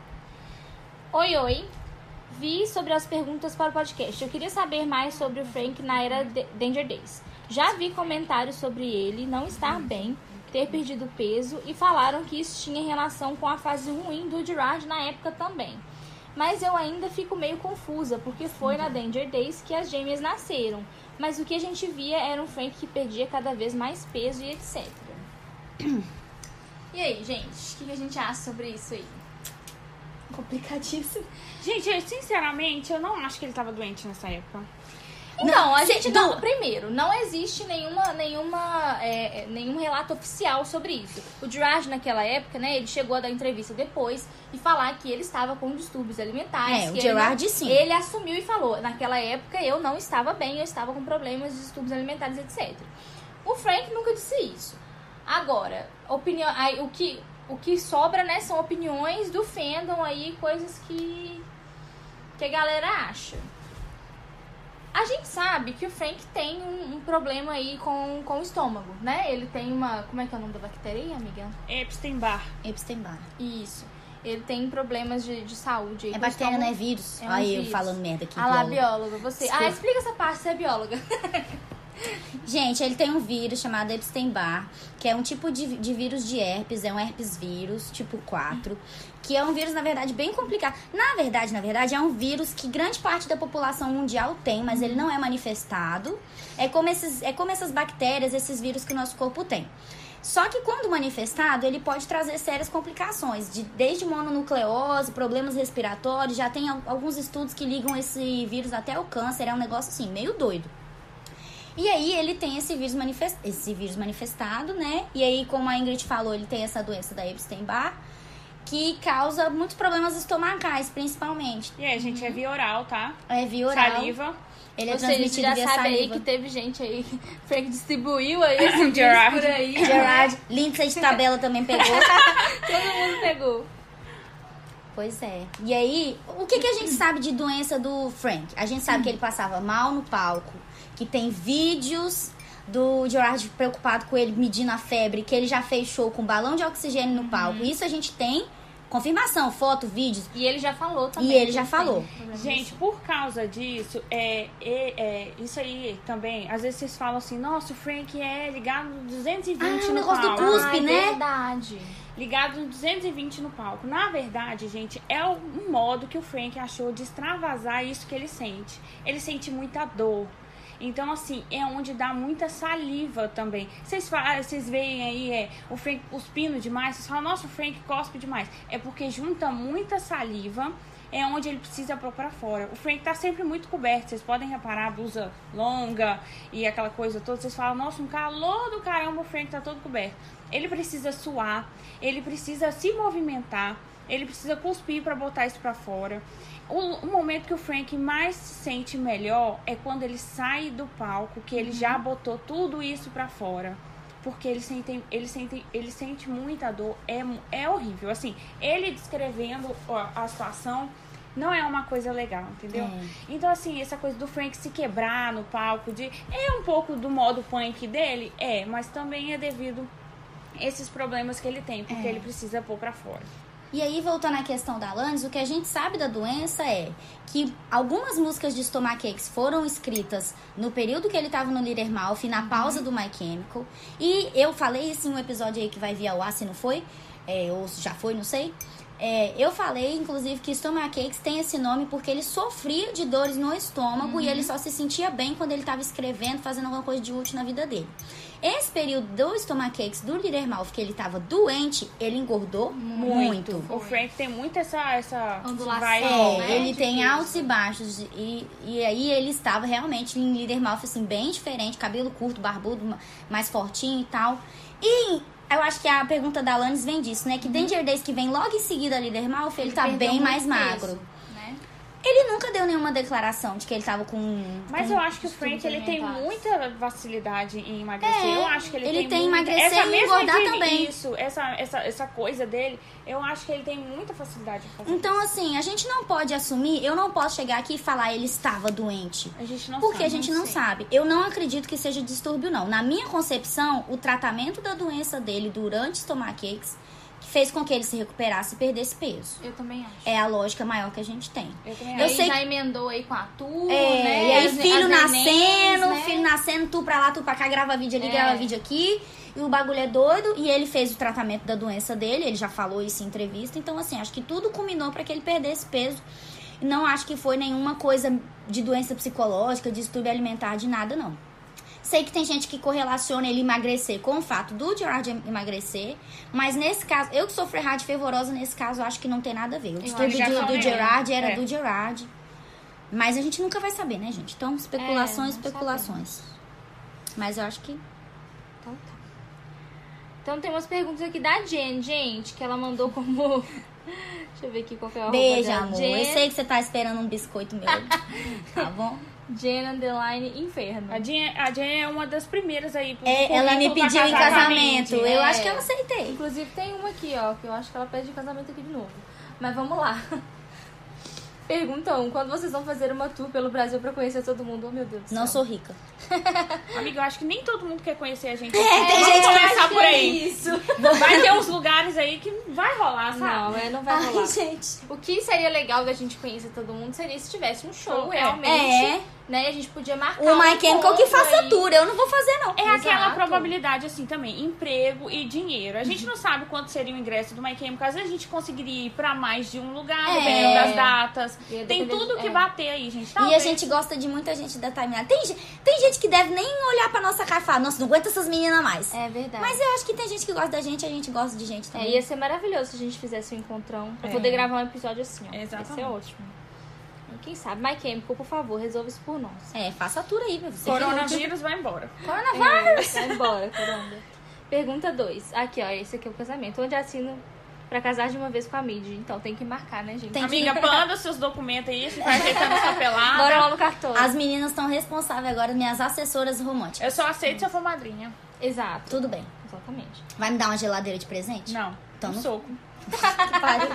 A: Oi, oi. Vi sobre as perguntas para o podcast. Eu queria saber mais sobre o Frank na era de Danger Days. Já vi comentários sobre ele não estar bem, ter perdido peso e falaram que isso tinha relação com a fase ruim do Gerard na época também. Mas eu ainda fico meio confusa, porque foi na Danger Days que as gêmeas nasceram. Mas o que a gente via era um Frank que perdia cada vez mais peso e etcétera. E aí, gente? O que a gente acha sobre isso aí? Complicadíssimo.
C: Gente, eu, sinceramente, eu não acho que ele tava doente nessa época.
A: Então, a
B: cê-
A: gente não... Primeiro, não existe nenhuma, nenhuma, é, nenhum relato oficial sobre isso. O Gerard, naquela época, né, ele chegou a dar entrevista depois e falar que ele estava com distúrbios alimentares.
B: É, o
A: que
B: Gerard,
A: ele,
B: sim.
A: Ele assumiu e falou, naquela época eu não estava bem, eu estava com problemas de distúrbios alimentares, etcétera. O Frank nunca disse isso. Agora, opinião, aí, o, que, o que sobra, né, são opiniões do fandom aí, coisas que, que a galera acha. A gente sabe que o Frank tem um, um problema aí com, com o estômago, né? Ele tem uma... Como é que é o nome da bactéria aí, amiga?
C: Epstein-Barr.
B: Epstein-Barr.
A: Isso. Ele tem problemas de, de saúde aí.
B: É
A: com o
B: bactéria, não é
A: estômago.
B: vírus.
A: É um
B: Olha eu
A: vírus.
B: falando merda aqui.
A: Ah lá,
B: bióloga.
A: bióloga. Você...
B: Desculpa.
A: Ah, explica essa parte, você é bióloga.
B: Gente, ele tem um vírus chamado Epstein-Barr, que é um tipo de, de vírus de herpes, é um herpes vírus, tipo quatro, que é um vírus, na verdade, bem complicado. Na verdade, na verdade, é um vírus que grande parte da população mundial tem, mas ele não é manifestado. É como, esses, é como essas bactérias, esses vírus que o nosso corpo tem. Só que quando manifestado, ele pode trazer sérias complicações, de, desde mononucleose, problemas respiratórios, já tem al- alguns estudos que ligam esse vírus até ao câncer, é um negócio assim, meio doido. E aí ele tem esse vírus, manifest... esse vírus manifestado, né? E aí, como a Ingrid falou, ele tem essa doença da Epstein-Barr, que causa muitos problemas estomacais, principalmente.
C: E aí, gente, é via oral, tá?
B: É via oral.
C: Saliva.
B: Ele é
A: Ou seja, você
B: transmitido
A: já
B: via
A: sabe aí
B: saliva.
A: que teve gente aí que o Frank distribuiu aí esse vírus
C: Gerard.
A: por aí.
B: Gerard, Lindsay de tabela também pegou.
A: Todo mundo pegou.
B: Pois é. E aí, o que, que a gente sabe de doença do Frank? A gente sabe que ele passava mal no palco, que tem vídeos do Gerard preocupado com ele medindo a febre, que ele já fez show com balão de oxigênio no palco. Isso a gente tem confirmação, foto, vídeos.
A: E ele já falou também.
B: E ele
A: que
B: já
A: tem
B: falou.
A: problema
C: Gente,
A: disso.
C: por causa disso, é, é, é, isso aí também, às vezes vocês falam assim, nossa, o Frank é ligado no duzentos e vinte
B: Ah, o
C: no
B: negócio do
C: palco.
B: cuspe,
A: Ah, é
B: né?
A: verdade.
C: Ligado no duzentos e vinte no palco. Na verdade, gente, é um modo que o Frank achou de extravasar isso que ele sente. Ele sente muita dor. Então, assim, é onde dá muita saliva também. Vocês falam, vocês veem aí é, o Frank cuspindo demais, vocês falam, nossa, o Frank cospe demais. É porque junta muita saliva, é onde ele precisa pôr pra fora. O Frank tá sempre muito coberto, vocês podem reparar, a blusa longa e aquela coisa toda. Vocês falam, nossa, um calor do caramba, o Frank tá todo coberto. Ele precisa suar, ele precisa se movimentar, ele precisa cuspir pra botar isso pra fora. O, o momento que o Frank mais se sente melhor é quando ele sai do palco, que ele já botou tudo isso pra fora. Porque ele sente, ele sente, ele sente muita dor, é, é horrível. Assim, ele descrevendo a situação não é uma coisa legal, entendeu?
B: É.
C: Então, assim, essa coisa do Frank se quebrar no palco, de, é um pouco do modo punk dele, é, mas também é devido a esses problemas que ele tem, porque
B: É.
C: ele precisa pôr pra fora.
B: E aí, voltando à questão da Alanis, o que a gente sabe da doença é que algumas músicas de Stomachaches foram escritas no período que ele estava no Little Mouth, na pausa do My Chemical. E eu falei isso em um episódio aí que vai vir ao ar, se não foi, é, ou já foi, não sei. É, eu falei, inclusive, que Stomachaches tem esse nome porque ele sofria de dores no estômago uhum. e ele só se sentia bem quando ele estava escrevendo, fazendo alguma coisa de útil na vida dele. Esse período do Stomachaches, do Lidermouth, que ele estava doente, ele engordou muito. muito.
C: O Frank tem muito essa... essa
A: ondulação,
B: é,
A: né?
B: ele tem altos e baixos. E, e aí ele estava realmente em Lidermouth, assim, bem diferente. Cabelo curto, barbudo, mais fortinho e tal. E... eu acho que a pergunta da Alanis vem disso, né? Que Danger Days, que vem logo em seguida a Lidermouth, ele, ele tá bem mais peso, magro. Né? Ele nunca deu nenhuma declaração de que ele tava com...
C: Mas
B: com
C: eu acho que o Frank, ele tem muita facilidade em emagrecer.
B: É,
C: eu acho que ele,
B: ele
C: tem,
B: tem
C: muita...
B: emagrecer
C: essa
B: e engordar
C: de...
B: também.
C: Isso, essa, essa, essa coisa dele, eu acho que ele tem muita facilidade em fazer
B: Então,
C: isso.
B: assim, a gente não pode assumir, eu não posso chegar aqui e falar ele estava doente.
C: A gente não
B: porque
C: sabe.
B: a gente não, não sabe. Eu não acredito que seja distúrbio, não. Na minha concepção, o tratamento da doença dele durante Stomachaches fez com que ele se recuperasse e perdesse peso.
A: Eu também acho.
B: É a lógica maior que a gente tem.
C: Eu também
A: eu
C: acho.
A: sei já que... emendou aí com a Tu,
B: é,
A: né?
B: E aí,
A: as,
B: filho
A: as
B: nascendo,
A: nenéns, né?
B: filho nascendo, tu pra lá, tu pra cá, grava vídeo ali,
A: é.
B: grava vídeo aqui. E o bagulho é doido. E ele fez o tratamento da doença dele. Ele já falou isso em entrevista. Então, assim, acho que tudo culminou pra que ele perdesse peso. Não acho que foi nenhuma coisa de doença psicológica, de distúrbio alimentar, de nada, não. Sei que tem gente que correlaciona ele emagrecer com o fato do Gerard emagrecer, mas nesse caso, eu que sou ferrada fervorosa, nesse caso, eu acho que não tem nada a ver. O distúrbio do, do Gerard era é. do Gerard. Mas a gente nunca vai saber, né, gente? Então, especulações, é, especulações. Sabemos. Mas eu acho que...
A: Então tá. Então tem umas perguntas aqui da Jen, gente, que ela mandou como... Deixa eu ver aqui qual que é a
B: Beijo,
A: dela.
B: amor.
A: Jen...
B: Eu sei que você tá esperando um biscoito meu. Tá bom?
A: Jen Underline Inferno.
C: A Jen, a Jen é uma das primeiras aí.
B: É, ela me pediu em casamento. Eu é. acho que eu aceitei.
A: Inclusive tem uma aqui, ó, que eu acho que ela pede em casamento aqui de novo. Mas vamos lá. Pergunta um, quando vocês vão fazer uma tour pelo Brasil pra conhecer todo mundo? Oh, meu Deus do céu.
B: Não sou rica.
C: Amiga, eu acho que nem todo mundo quer conhecer a gente.
B: É, é tem gente
C: que começar por aí.
A: É isso.
C: Vai ter uns lugares aí que vai rolar, sabe?
A: Não, é, não vai
B: Ai,
A: rolar.
B: gente.
A: O que seria legal da gente conhecer todo mundo seria se tivesse um show,
C: é.
A: realmente.
B: É.
A: Né? A gente podia marcar
B: o My Chemical que faça
A: aí.
B: tour, eu não vou fazer, não.
C: É
A: Exato.
C: aquela probabilidade, assim, também, emprego e dinheiro. A gente não sabe quanto seria o ingresso do My Chemical. Às vezes a gente conseguiria ir pra mais de um lugar,
B: É.
C: dependendo das datas.
A: Ia
C: Tem
A: depender
C: tudo
A: de-
C: que
A: é.
C: bater aí, gente.
B: E
C: Talvez.
B: a gente gosta de muita gente da timeline. Tem, ge- tem gente que deve nem olhar pra nossa cara e falar, nossa, não aguento essas meninas mais.
A: É verdade.
B: Mas eu acho que tem gente que gosta da gente, a gente gosta de gente
A: É,
B: também.
A: ia ser maravilhoso se a gente fizesse um encontrão pra
C: É.
A: poder gravar um episódio assim, ó.
C: Exatamente.
A: Ia ser ótimo. E quem sabe, My Chemical, por favor, resolve isso por nós.
B: É, faça a tour aí, meu. Você
C: Coronavírus vai embora.
B: Coronavírus.
A: Vai embora, caramba. Pergunta dois. Aqui, ó, esse aqui é o casamento. Onde assino pra casar de uma vez com a Mid? Então tem que marcar, né, gente?
B: Tem que-
C: Amiga, manda seus documentos aí, a gente vai ajeitando sua pelada.
A: Bora lá no cartório.
B: As meninas estão responsáveis agora, minhas assessoras românticas.
C: Eu só aceito se eu for madrinha.
A: Exato.
B: Tudo bem.
A: Exatamente.
B: Vai me dar uma geladeira de presente?
C: Não,
B: Então
C: um
B: não-
C: soco.
B: Que pariu.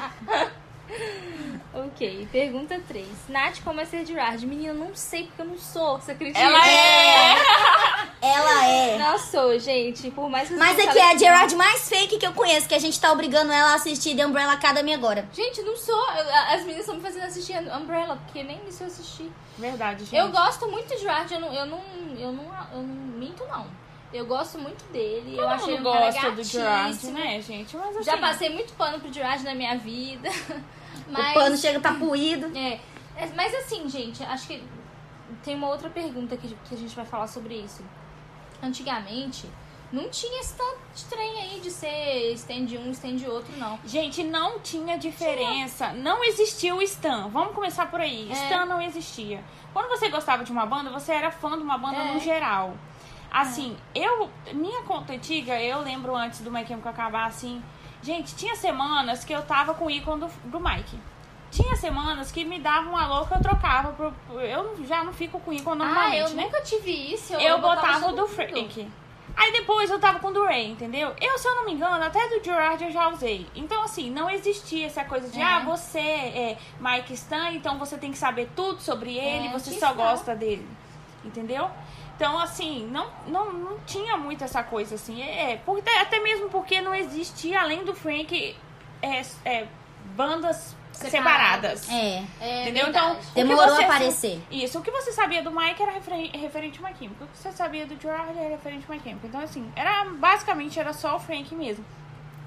A: Ok, pergunta três. Nath, como é ser Gerard? Menina, eu não sei porque eu não sou, você acredita?
C: Ela é!
B: Ela é.
A: Não sou, gente. Por mais que
B: Mas
A: vocês
B: é que é a
A: falem
B: Gerard mais fake que eu conheço, que a gente tá obrigando ela a assistir The Umbrella Academy agora.
A: Gente, não sou. Eu- As meninas estão me fazendo assistir Umbrella, porque nem isso eu assisti.
C: Verdade, gente.
A: Eu gosto muito de Gerard, eu não, eu não, eu não, eu não minto, não. Eu gosto muito dele. eu
C: Todo
A: achei
C: mundo
A: um cara
C: gosta do Gerard,
A: gatíssimo.
C: né, gente? Mas assim,
A: Já passei muito pano pro Gerard na minha vida. Mas,
B: O pano chega, tá puído.
A: é, é, mas assim, gente, acho que tem uma outra pergunta que, que a gente vai falar sobre isso. Antigamente, não tinha esse tanto de trem aí de ser stand um, stand outro, não.
C: Gente, não tinha diferença. Não existia o Stan. Vamos começar por aí.
A: É.
C: Stan não existia. Quando você gostava de uma banda, você era fã de uma banda
A: É.
C: no geral. Assim, eu... Minha conta antiga, eu lembro antes do My Chemical acabar, assim... Gente, tinha semanas que eu tava com o ícone do, do Mike. Tinha semanas que me davam uma louca, eu trocava. Pro, pro- eu já não fico com o ícone
A: Ah,
C: normalmente,
A: eu
C: né?
A: nunca tive isso. Eu,
C: Eu
A: botava
C: botava o
A: todo
C: do
A: mundo.
C: Frank. Aí depois eu tava com o do Ray, entendeu? Eu, se eu não me engano, até do Gerard eu já usei. Então, assim, não existia essa coisa de,
A: É.
C: ah, você é Mike Stan, então você tem que saber tudo sobre ele,
A: É,
C: você
A: que
C: só
A: isso não.
C: gosta dele. Entendeu? Então, assim, não, não, não tinha muito essa coisa, assim. É, é, porque, até mesmo porque não existia, além do Frank, é, é, bandas
A: Separadas.
C: separadas.
B: É.
A: É
C: Entendeu?
A: verdade.
C: Então, o que
B: Demorou
C: você-
B: a aparecer.
C: Isso, o que você sabia do Mike era referen- referente ao My Chemical. O que você sabia do Gerard era referente ao My Chemical. Então, assim, era, basicamente era só o Frank mesmo.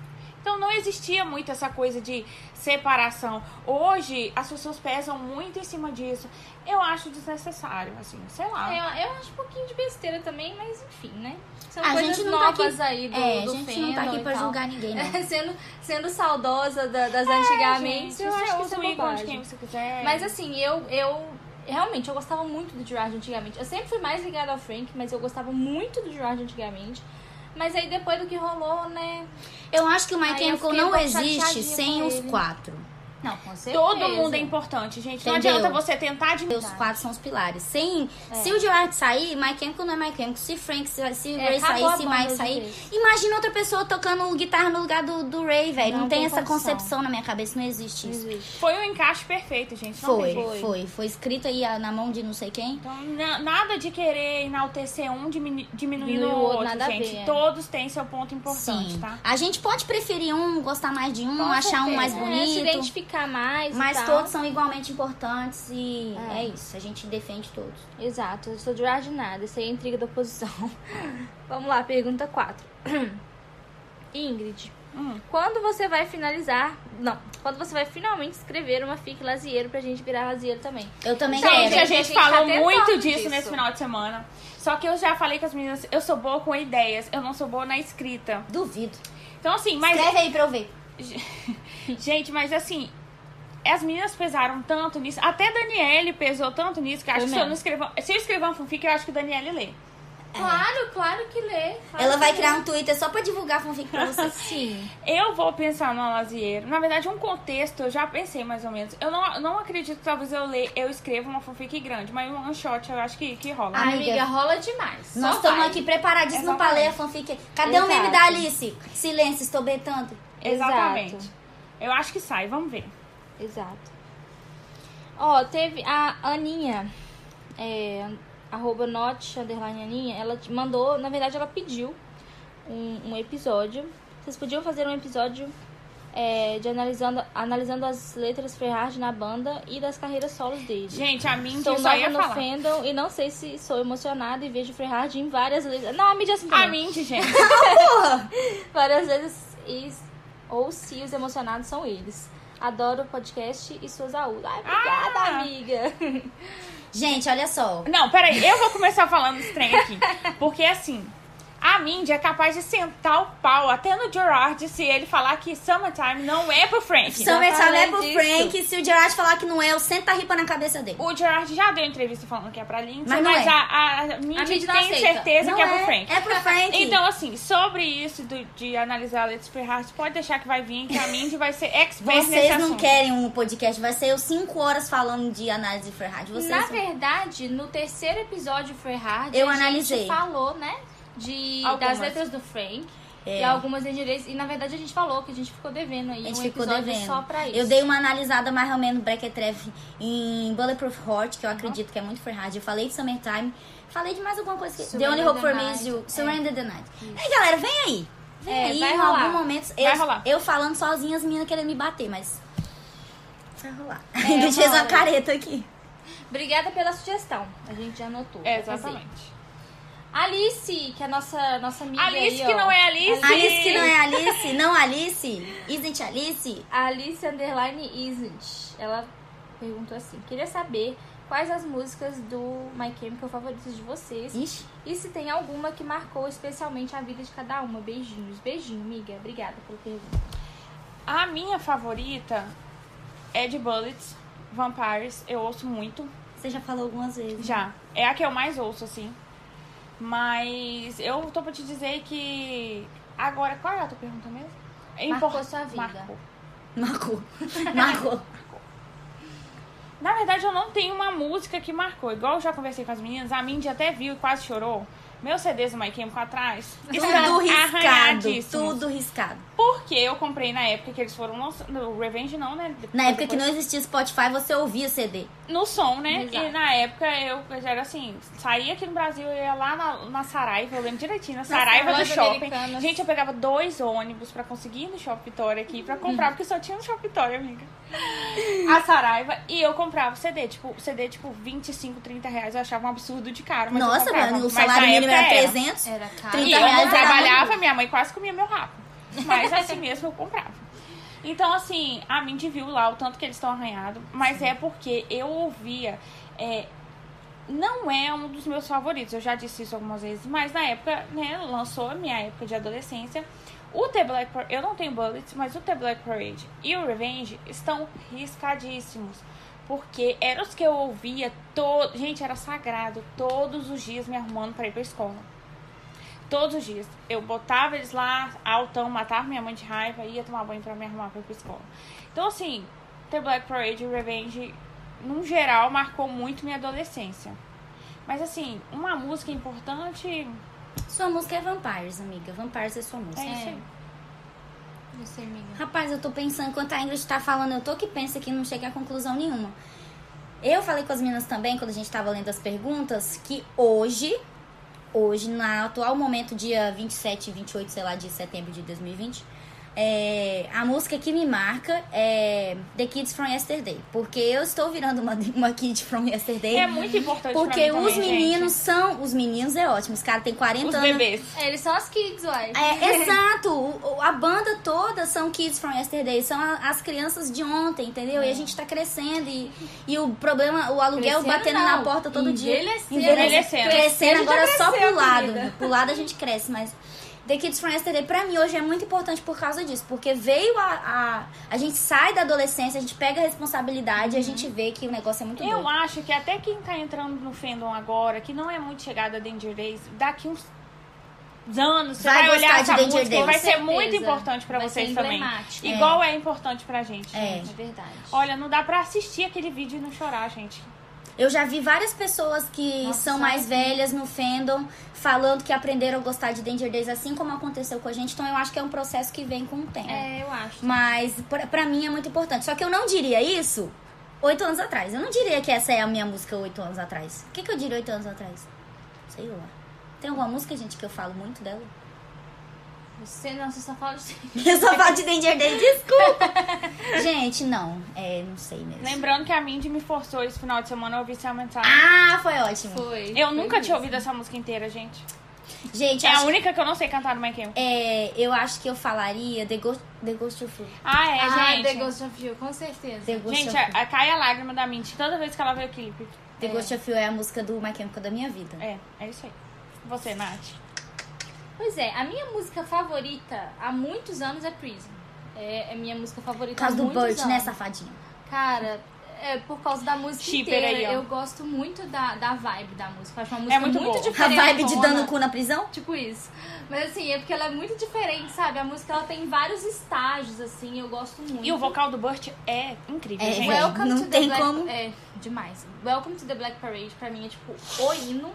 C: Então não existia muito essa coisa de separação. Hoje as pessoas pesam muito em cima disso. Eu acho desnecessário, assim, sei lá.
A: Eu, eu acho um pouquinho de besteira também, mas enfim, né? São
B: A
A: coisas
B: gente não tá
A: novas
B: aqui-
A: aí do,
B: É,
A: do
B: a gente não tá
A: fandom
B: aqui
A: e
B: pra
A: tal.
B: julgar ninguém, não.
A: É, sendo, sendo saudosa da- das antigamente,
C: Gente,
A: eu acho que
C: usa
A: isso é
C: o ícone de
A: bobagem.
C: quem você quiser.
A: Mas assim, eu, eu realmente eu gostava muito do Gerard antigamente. Eu sempre fui mais ligada ao Frank, mas eu gostava muito do Gerard antigamente. Mas aí depois do que rolou, né?
B: Eu acho que o My
A: Aí eu
B: Chemical
A: fiquei um
B: não
A: pouco
B: existe
A: chateadinha
B: sem
A: com
B: os
A: ele.
B: quatro.
A: Não, com certeza.
C: Todo mundo é importante, gente. Não
B: Entendeu?
C: adianta você tentar de
B: Os quatro são os pilares. Sem,
A: É.
B: Se o Gerard sair, My Chemical não é My Chemical. Se Frank, se, se
A: É,
B: Ray
A: acabou
B: sair,
A: a
B: se
A: banda
B: Mike
A: de
B: sair.
A: vez.
B: Imagina outra pessoa tocando guitarra no lugar do, do Ray, velho. Não,
A: Não
B: tem,
A: tem
B: essa
A: condição.
B: concepção na minha cabeça, não existe isso.
A: Existe.
C: Foi um encaixe perfeito, gente. Não
B: Foi,
C: tem
B: foi,
C: jeito.
B: foi. Foi escrito aí ah, na mão de não sei quem.
C: Então, na- nada de querer enaltecer um diminu diminuindo
A: Diminuir
C: o
A: o outro,
C: outro,
A: nada a
C: gente.
A: ver, é.
C: Todos têm seu ponto importante,
B: Sim.
C: tá?
B: A gente pode preferir um, gostar mais de um,
C: Com
B: achar um
C: certeza.
B: mais
C: É,
A: É, se
B: bonito.
A: identificar mais. e
B: Mas
A: tal.
B: todos são igualmente importantes e
A: É.
B: é. isso. A gente defende todos.
A: Exato, eu sou de Gerard de nada. Isso aí é intriga da oposição. Vamos lá, pergunta quatro. Ingrid,
C: Hum.
A: quando você vai finalizar... Não, quando você vai finalmente escrever uma fic lazieiro pra gente virar lazieiro também?
B: Eu também
C: Gente,
B: quero.
C: a
A: a
C: gente
A: gente tá
C: falou
A: tentando
C: muito disso
A: disso.
C: nesse final de semana. Só que eu já falei com as meninas, eu sou boa com ideias, eu não sou boa na escrita.
B: Duvido.
C: Então, assim, mas...
B: Escreve aí pra eu ver.
C: Gente, mas assim, as meninas pesaram tanto nisso. Até a Daniele pesou tanto nisso que eu acho
A: Foi
C: que se eu
A: mesmo.
C: não escrever. Se eu escrever uma fanfic, eu acho que a Daniele lê.
A: Claro, claro que lê. Claro
B: Ela
A: que
B: vai
A: lê.
B: criar um Twitter só pra divulgar fanfic pra vocês.
A: Sim.
C: Eu vou pensar no lazieiro. Na verdade, um contexto, eu já pensei mais ou menos. Eu não, não acredito que talvez eu ler, eu escreva uma fanfic grande, mas um one shot eu acho que, que rola.
B: Ai,
A: Amiga,
B: Amiga,
A: rola demais.
B: Nós
A: Só
B: estamos
A: vai.
B: aqui preparadíssimos pra ler a fanfic. Cadê o meme
A: Exato.
B: da Alice? Silêncio, estou betando.
C: Exatamente.
A: Exato.
C: Eu acho que sai, vamos ver.
A: Exato. Ó, teve a Aninha, é, arroba not, underline Aninha, ela te mandou, na verdade ela pediu um, um episódio. Vocês podiam fazer um episódio é, de analisando, analisando as letras Freyhard na banda e das carreiras solos dele.
C: Gente, a Mindy
A: Sou
C: só
A: nova
C: ia
A: no
C: falar.
A: fandom e não sei se sou emocionada e vejo Freyhard em várias letras. Não, a mídia é assim
C: A
A: também.
C: Mindy, gente.
A: Várias vezes e, ou se os emocionados são eles. Adoro o podcast e suas aúdas. Ai, obrigada,
C: Ah.
A: amiga.
B: Gente, olha só.
C: Não, peraí, eu vou começar falando esse trem aqui. Porque assim, a Mindy é capaz de sentar o pau até no Gerard se ele falar que Summertime não é pro Frank.
B: Summertime
A: falei
B: é pro
A: disso.
B: Frank. Se o Gerard falar que não é, eu sento a ripa na cabeça dele.
C: O Gerard já deu entrevista falando que é pra Lindsay,
B: Mas não
C: mas,
B: é.
C: a, a, a Mindy
A: A Mindy não
C: tem
A: aceita.
C: certeza
B: Não
C: que é pro Frank.
B: É pro Frank.
C: Então, assim, sobre isso do- de analisar a Let's Freyhard, pode deixar que vai vir, que a Mindy vai ser expert nesse
B: Vocês não
C: assunto.
B: querem um podcast. Vai ser eu cinco horas falando de análise de Freyhard. Vocês
A: Na
B: não-
A: verdade, no terceiro episódio Freyhard,
B: Eu
A: a
B: analisei.
A: gente falou, né? De,
C: Algumas.
A: das letras do Frank.
B: É.
A: E algumas em direito. E na verdade a gente falou que a gente ficou devendo aí
B: A gente
A: um
B: ficou
A: episódio
B: devendo.
A: só pra isso.
B: Eu dei uma analisada mais ou menos Brequetref em Bulletproof Heart, que eu acredito que é muito Freyhard. Eu falei de Summertime. Falei de mais alguma coisa. Que... The
A: Surrender
B: Only Hope
A: the
B: for Me
A: Night.
B: is You.
A: É.
B: Surrender the Night. Aí, galera, vem aí. Vem
A: É,
B: aí,
A: vai
B: em
A: rolar.
B: algum momento.
C: Vai
B: Eu,
C: rolar.
B: eu falando sozinha, as meninas querendo me bater, mas... Vai rolar.
A: É,
B: A gente
A: uma
B: fez uma
A: hora.
B: careta aqui.
A: Obrigada pela sugestão. A gente já anotou.
C: É,
A: Vai fazer.
C: exatamente.
A: Alice, que é a nossa, nossa amiga
C: Alice,
A: aí,
C: que
A: ó.
C: não é Alice.
B: Alice que não é Alice. Não Alice. Isn't Alice?
A: Alice Underline Isn't. Ela perguntou assim: queria saber quais as músicas do My Chemical favoritas de vocês.
B: Ixi.
A: E se tem alguma que marcou especialmente a vida de cada uma. Beijinhos. Beijinho, amiga. Obrigada pela pergunta.
C: A minha favorita é de Bullets, Vampires. Eu ouço muito.
B: Você já falou algumas vezes.
C: Já. É a que eu mais ouço, assim. Mas eu tô pra te dizer que... Agora, qual é a tua pergunta mesmo? É
A: Marcou
C: impor-
A: sua vida.
C: Marcou.
B: Marcou. Marcou.
C: Na verdade, eu não tenho uma música que marcou. Igual eu já conversei com as meninas, a Mindy até viu e quase chorou. Meus C Ds do My Chemical atrás.
B: Tudo riscado.
C: arranhadíssimos.
B: Tudo riscado.
C: Porque eu comprei na época que eles foram lançados. No Revenge não, né?
B: Na época que
C: Depois-
B: não existia Spotify, você ouvia C D.
C: No som, né?
A: Exato.
C: E na época eu eu já era assim, saía aqui no Brasil, eu ia lá na, na Saraiva, eu lembro direitinho, na Saraiva do
A: loja
C: shopping.
A: americana.
C: Gente, eu pegava dois ônibus pra conseguir ir no Shopping Vitória aqui, pra comprar, porque só tinha no Shopping Vitória, amiga. A Saraiva, e eu comprava o C D, tipo, C D tipo vinte e cinco, trinta reais, eu achava um absurdo de caro, mas eu
B: Nossa,
C: comprava.
B: mano, o
C: Mas
B: salário
C: na
B: mínimo
C: época
B: era trezentos.
A: Era caro.
B: trinta
C: E eu
B: reais
C: não
B: era
C: trabalhava,
B: muito.
C: minha mãe quase comia meu rabo. mas assim mesmo eu comprava. Então, assim, a Mindy viu lá o tanto que eles estão arranhados, mas Sim. é porque eu ouvia... É, não é um dos meus favoritos, eu já disse isso algumas vezes, mas na época, né, lançou a minha época de adolescência. O The Black Parade, eu não tenho Bullets, mas o The Black Parade e o Revenge estão riscadíssimos. Porque eram os que eu ouvia, to... gente, era sagrado, todos os dias me arrumando pra ir pra escola. Todos os dias. Eu botava eles lá, altão, matava minha mãe de raiva, ia tomar banho pra me arrumar pra ir pra escola. Então, assim, The Black Parade e Revenge, no geral, marcou muito minha adolescência. Mas, assim, uma música importante...
B: Sua música é Vampires, amiga. Vampires é sua música.
C: É isso aí.
A: Eu sei, amiga.
B: Rapaz, eu tô pensando, enquanto a Ingrid tá falando, eu tô que penso aqui, não cheguei a conclusão nenhuma. Eu falei com as meninas também, quando a gente tava lendo as perguntas, que hoje, hoje, no atual momento, dia vinte e sete, vinte e oito, sei lá, de setembro de dois mil e vinte, é, a música que me marca é The Kids From Yesterday. Porque eu estou virando uma, uma Kid From Yesterday.
C: É muito importante
B: porque
C: pra mim
B: os
C: também,
B: meninos
C: gente.
B: são... Os meninos é ótimo. Os caras têm quarenta
C: Os
B: anos.
C: bebês.
A: É, eles são as kids, uai.
B: É, exato. O- A banda toda são Kids From Yesterday. São a- as crianças de ontem, entendeu?
A: É.
B: E a gente tá crescendo. E, e o problema, o aluguel
A: Crescendo,
B: batendo
A: não.
B: na porta todo dia.
A: Envelhecendo.
C: Envelhecendo.
B: Crescendo,
A: Crescendo,
B: agora
A: já
B: só
A: cresceu,
B: pro lado.
A: querida.
B: Pro lado a gente cresce, mas... The Kids From Yesterday, pra mim, hoje é muito importante por causa disso. Porque veio a... A, a gente sai da adolescência, a gente pega a responsabilidade
A: Uhum.
B: e a gente vê que o negócio é muito
C: Eu
B: doido.
C: acho que até quem tá entrando no fandom agora, que não é muito chegada a Danger Days, daqui uns anos você
B: Vai
C: vai, olhar
B: gostar
C: essa
B: de Danger
C: música e
B: Days.
C: vai
A: Com
C: ser
A: certeza.
C: muito importante pra
A: Vai
C: vocês
A: ser
C: também.
A: emblemático.
C: Igual é. importante pra gente,
B: É.
C: gente.
A: É verdade.
C: Olha, não dá pra assistir aquele vídeo e não chorar, gente.
B: Eu já vi várias pessoas que
A: Nossa,
B: são
A: só
B: mais
A: assim.
B: velhas no fandom falando que aprenderam a gostar de Danger Days assim como aconteceu com a gente. Então eu acho que é um processo que vem com o tempo.
A: É, eu acho.
B: Mas pra, pra mim é muito importante. Só que eu não diria isso oito anos atrás. Eu não diria que essa é a minha música oito anos atrás. O que, que eu diria oito anos atrás? Sei lá. Tem alguma música, gente, que eu falo muito dela?
A: Você não, você só fala de...
B: Eu só falo de Danger Days, desculpa. Gente, não. É, não sei mesmo.
C: Lembrando que a Mindy me forçou esse final de semana a ouvir Summertime.
B: Ah, foi ótimo.
A: Foi.
C: Eu
A: foi
C: nunca tinha
A: mesmo.
C: ouvido essa música inteira, gente.
B: Gente,
C: É a
B: acho-
C: única que eu não sei cantar no My Chemical.
B: é, eu acho que eu falaria The Ghost, The Ghost of You.
C: Ah, é,
A: Ah,
C: gente.
A: The Ghost of You, com certeza.
B: The Ghost
C: Gente,
B: of You.
C: a, a, cai a lágrima da Mindy toda vez que ela vê o clipe.
B: The Ghost of You é a música do My Chemical da minha vida.
C: É, é isso aí. Você, Nath.
A: Pois é, a minha música favorita há muitos anos é Prison. É, é minha música favorita
B: Por causa
A: há
B: do
A: muitos
B: Burt,
A: anos.
B: né, safadinho?
A: Cara, é por causa da música
C: Shipper
A: inteira.
C: aí, ó.
A: Eu gosto muito da, da vibe da música. Eu acho uma música
C: É muito boa.
B: A
A: diferente.
B: vibe de dando cu na prisão?
A: Tipo isso. Mas assim, é porque ela é muito diferente, sabe? A música ela tem vários estágios, assim, eu gosto muito.
C: E o vocal do Burt é incrível,
B: É,
C: gente.
B: velho.
A: Welcome
B: não
A: to
B: tem
A: the Black...
B: como.
A: É, demais. Welcome to the Black Parade, pra mim, é tipo o hino.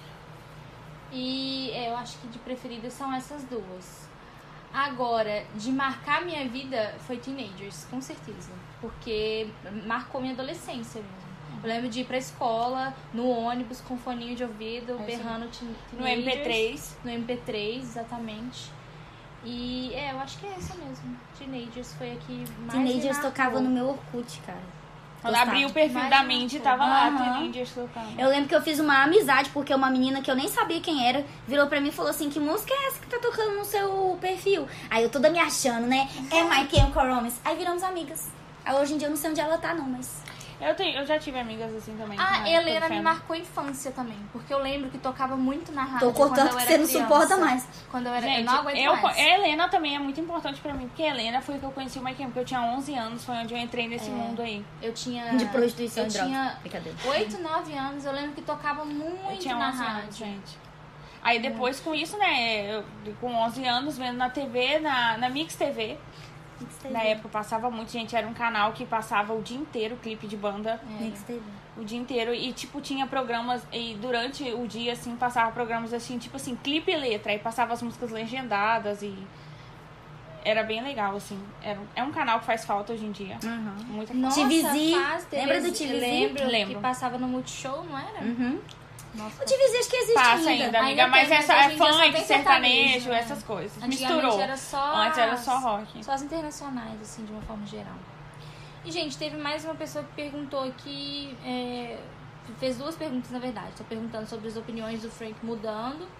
A: E é, eu acho que de preferidas são essas duas. Agora, de marcar minha vida foi Teenagers, com certeza. Porque marcou minha adolescência mesmo. Eu lembro de ir pra escola, no ônibus, com foninho de ouvido,
C: É,
A: berrando teen-
C: No M P
A: Teenagers.
C: três.
A: No M P três, exatamente. E é, eu acho que é essa mesmo. Teenagers foi a que mais me
B: Teenagers
A: marcou.
B: tocava no meu Orkut, cara.
C: Quando
B: Gostava.
C: abri o perfil
A: Mais
C: da
A: uma
C: Mindy,
A: coisa.
C: tava lá,
B: Aham.
C: Teenagers tocando.
B: Eu lembro que eu fiz uma amizade, porque uma menina que eu nem sabia quem era virou pra mim e falou assim: que música é essa que tá tocando no seu perfil? Aí eu toda me achando, né? É My Chemical Romance. Aí viramos amigas. Aí hoje em dia eu não sei onde ela tá, não, mas.
C: Eu, tenho, eu já tive amigas assim também. na
A: A
C: época
A: Helena
C: do
A: me
C: fandom.
A: marcou a infância também, porque eu lembro que tocava muito na rádio.
B: Tô cortando
A: quando eu
B: que
A: era
B: você não
A: criança.
B: suporta mais.
A: Quando eu era.
C: Gente,
A: eu não aguento
C: eu,
A: mais.
C: a Helena também é muito importante pra mim, porque a Helena foi que eu conheci o My Chemical. Eu tinha onze anos, foi onde eu entrei nesse
A: É.
C: mundo aí.
A: Eu tinha.
B: De prostituição
A: eu
B: e drogas.
A: tinha
B: Brincadeira.
A: oito, nove anos, eu lembro que tocava muito
C: Eu tinha
A: na
C: onze
A: rádio.
C: anos, gente. Aí depois com isso, né, eu, com onze anos, vendo na T V, na, na Mix T V. Na época passava muito, gente, era um canal que passava o dia inteiro clipe de banda.
A: É.
B: Mix T V.
C: O dia inteiro. E, tipo, tinha programas. E durante o dia, assim, passava programas assim, tipo assim, clipe e letra. Aí passava as músicas legendadas e. Era bem legal, assim. Era, é um canal que faz falta hoje em dia.
B: Uhum.
C: Muita
A: Nossa,
B: T V Z.
A: faz, T V
B: Lembra do
A: Z,
B: T V Z?
A: Lembro,
C: Lembro.
A: que passava no Multishow, não era?
B: Uhum.
A: Nossa.
B: O T V Z acho que existe
C: Passa
B: ainda.
C: ainda, amiga.
A: Ainda
C: mas
A: tem,
C: é,
A: mas
C: só,
A: hoje
C: é
A: em dia só
C: funk,
A: tem
C: sertanejo,
A: sertanejo, né?
C: essas coisas.
A: Antigamente
C: Misturou.
A: era só
C: Antes era
A: as-
C: só rock.
A: Só as internacionais, assim, de uma forma geral. E, gente, teve mais uma pessoa que perguntou aqui, é, fez duas perguntas, na verdade. Tô perguntando sobre as opiniões do Frank mudando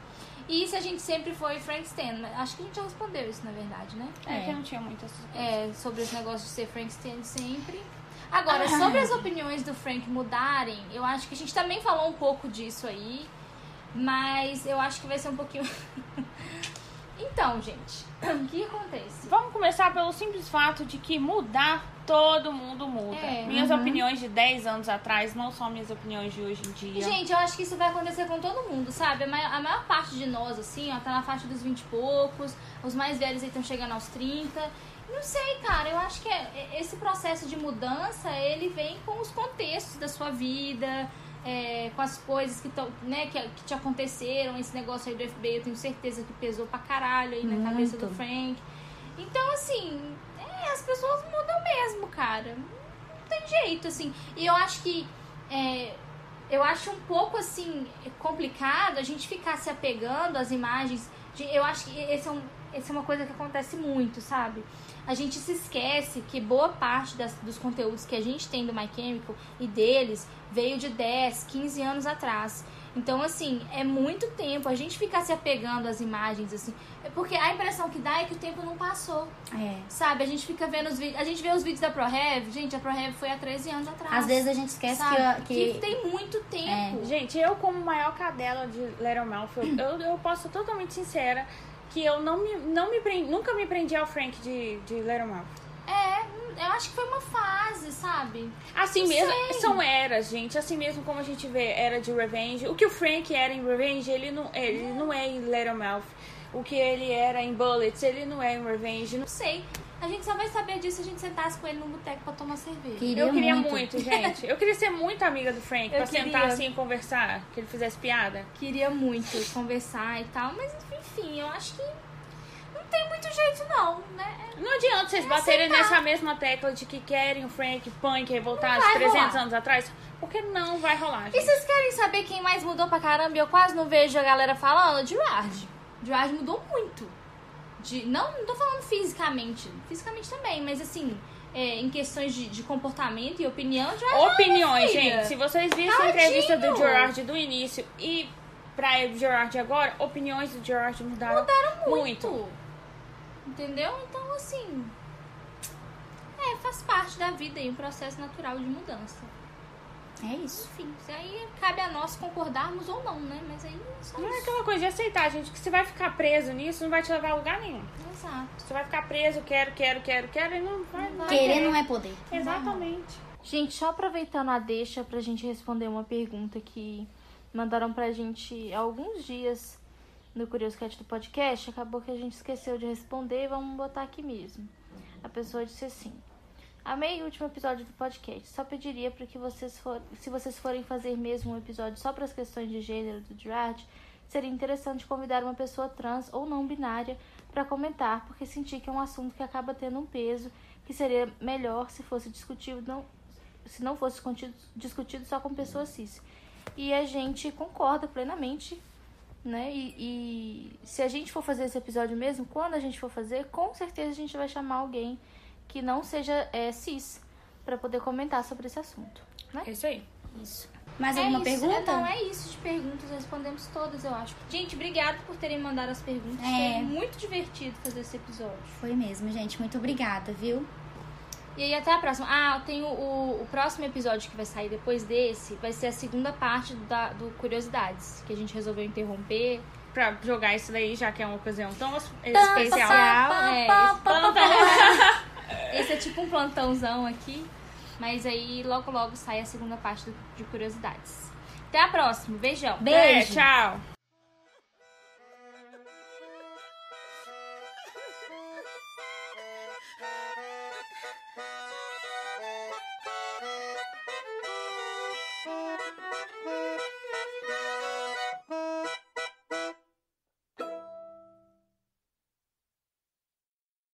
A: E se a gente sempre foi Frank Stan. Acho que a gente já respondeu isso, na verdade, né?
C: É,
B: É.
C: que eu não tinha muitas coisas.
A: É, sobre esse negócio de ser Frank Stan sempre. Agora, sobre as opiniões do Frank mudarem, eu acho que a gente também falou um pouco disso aí. Mas eu acho que vai ser um pouquinho... Então, gente, o que acontece?
C: Vamos começar pelo simples fato de que mudar, todo mundo muda.
A: É.
C: Minhas
B: Uhum.
C: opiniões de dez anos atrás não são minhas opiniões de hoje em dia.
A: Gente, eu acho que isso vai acontecer com todo mundo, sabe? A maior, a maior parte de nós, assim, ó, tá na faixa dos vinte e poucos, os mais velhos aí estão chegando aos trinta. Não sei, cara, eu acho que é, esse processo de mudança, ele vem com os contextos da sua vida, é, com as coisas que, tão, né, que, que te aconteceram. Esse negócio aí do F B I, eu tenho certeza que pesou pra caralho aí na
B: Muito.
A: cabeça do Frank. Então, assim, é, as pessoas mudam mesmo, cara. Não tem jeito, assim. E eu acho que... É, eu acho um pouco, assim, complicado a gente ficar se apegando às imagens. De, eu acho que esse é, um, esse é uma coisa que acontece muito, sabe? A gente se esquece que boa parte das, dos conteúdos que a gente tem do My Chemical e deles veio de dez, quinze anos atrás. Então, assim, é muito tempo a gente ficar se apegando às imagens, assim. Porque a impressão que dá é que o tempo não passou.
B: É.
A: Sabe? A gente fica vendo os vídeos. A gente vê os vídeos da ProRev. Gente, a ProRev foi há treze anos atrás.
B: Às vezes a gente esquece
A: sabe?
B: que, que...
A: que tem muito tempo.
C: Gente, eu como maior cadela de Lettermouth, eu, eu, eu posso ser totalmente sincera que eu não me, não me prendi, nunca me prendi ao Frank de, de Lettermouth.
A: É, eu acho que foi uma fase, sabe?
C: Assim
A: Não
C: mesmo,
A: sei.
C: são eras, gente. Assim mesmo como a gente vê era de Revenge. O que o Frank era em Revenge, ele não, ele não é em Lettermouth. O que ele era em Bullets, ele não é em Revenge. Não
A: Não sei. A gente só vai saber disso se a gente sentasse com ele no boteco pra tomar cerveja.
B: Queria
C: Eu queria
B: muito.
C: muito, gente. Eu queria ser muito amiga do Frank,
A: Eu
C: pra
A: queria.
C: sentar assim e conversar, que ele fizesse piada.
A: Queria muito conversar e tal, mas enfim, eu acho que não tem muito jeito não, né?
C: Não adianta vocês
A: É
C: baterem
A: aceitar.
C: nessa mesma tecla de que querem o Frank punk revoltar
A: Não
C: de
A: vai
C: trezentos
A: rolar.
C: anos atrás, porque não vai rolar,
A: E
C: gente.
A: vocês querem saber quem mais mudou pra caramba? Eu quase não vejo a galera falando. Gerard. Gerard mudou muito. De, não, não tô falando fisicamente. Fisicamente também, mas assim, é, em questões de, de comportamento e opinião, Gerard
C: Opiniões,
A: filha.
C: gente. Se vocês viram a
A: Tadinho.
C: entrevista do Gerard do início e pra Gerard agora, opiniões do Gerard mudaram,
A: mudaram
C: muito.
A: muito. Entendeu? Então, assim... É, faz parte da vida aí, um processo natural de mudança.
B: É isso.
A: Enfim, isso aí cabe a nós concordarmos ou não, né? Mas aí é só
C: Não é
A: isso.
C: aquela coisa de aceitar, gente, que você vai ficar preso nisso, não vai te levar a lugar nenhum.
A: Exato.
C: Você vai ficar preso, quero, quero, quero, quero, e não vai...
A: Não vai.
B: Querer não é poder.
C: Exatamente.
A: Gente, só aproveitando a deixa pra gente responder uma pergunta que mandaram pra gente há alguns dias no Curioscat do podcast, acabou que a gente esqueceu de responder, vamos botar aqui mesmo. A pessoa disse assim: amei o último episódio do podcast, só pediria para que vocês for, se vocês forem fazer mesmo um episódio só para as questões de gênero do Gerard, seria interessante convidar uma pessoa trans ou não binária para comentar, porque senti que é um assunto que acaba tendo um peso, que seria melhor se fosse discutido, não, se não fosse discutido, discutido só com pessoas cis. E a gente concorda plenamente, né? E, e se a gente for fazer esse episódio mesmo, quando a gente for fazer, com certeza a gente vai chamar alguém que não seja é, cis para poder comentar sobre esse assunto, né?
C: É isso aí.
B: Isso. Mais
A: É
B: alguma
A: isso,
B: pergunta?
A: é, não, é isso de perguntas, respondemos todas, eu acho. Gente, obrigada por terem mandado as perguntas.
B: É.
A: Foi muito divertido fazer esse episódio.
B: Foi mesmo, gente. Muito obrigada, viu?
A: E aí, até a próxima. Ah, eu tenho o, o próximo episódio que vai sair depois desse, vai ser a segunda parte da, do Curiosidades, que a gente resolveu interromper.
C: Pra jogar isso daí, já que é uma ocasião tão
B: Pá,
C: especial.
B: pá,
A: é,
B: pá,
A: esse-
B: pá, pá, pá.
A: Esse é tipo um plantãozão aqui. Mas aí, logo, logo sai a segunda parte do, de Curiosidades. Até a próxima. Beijão.
B: Beijo.
C: É, tchau.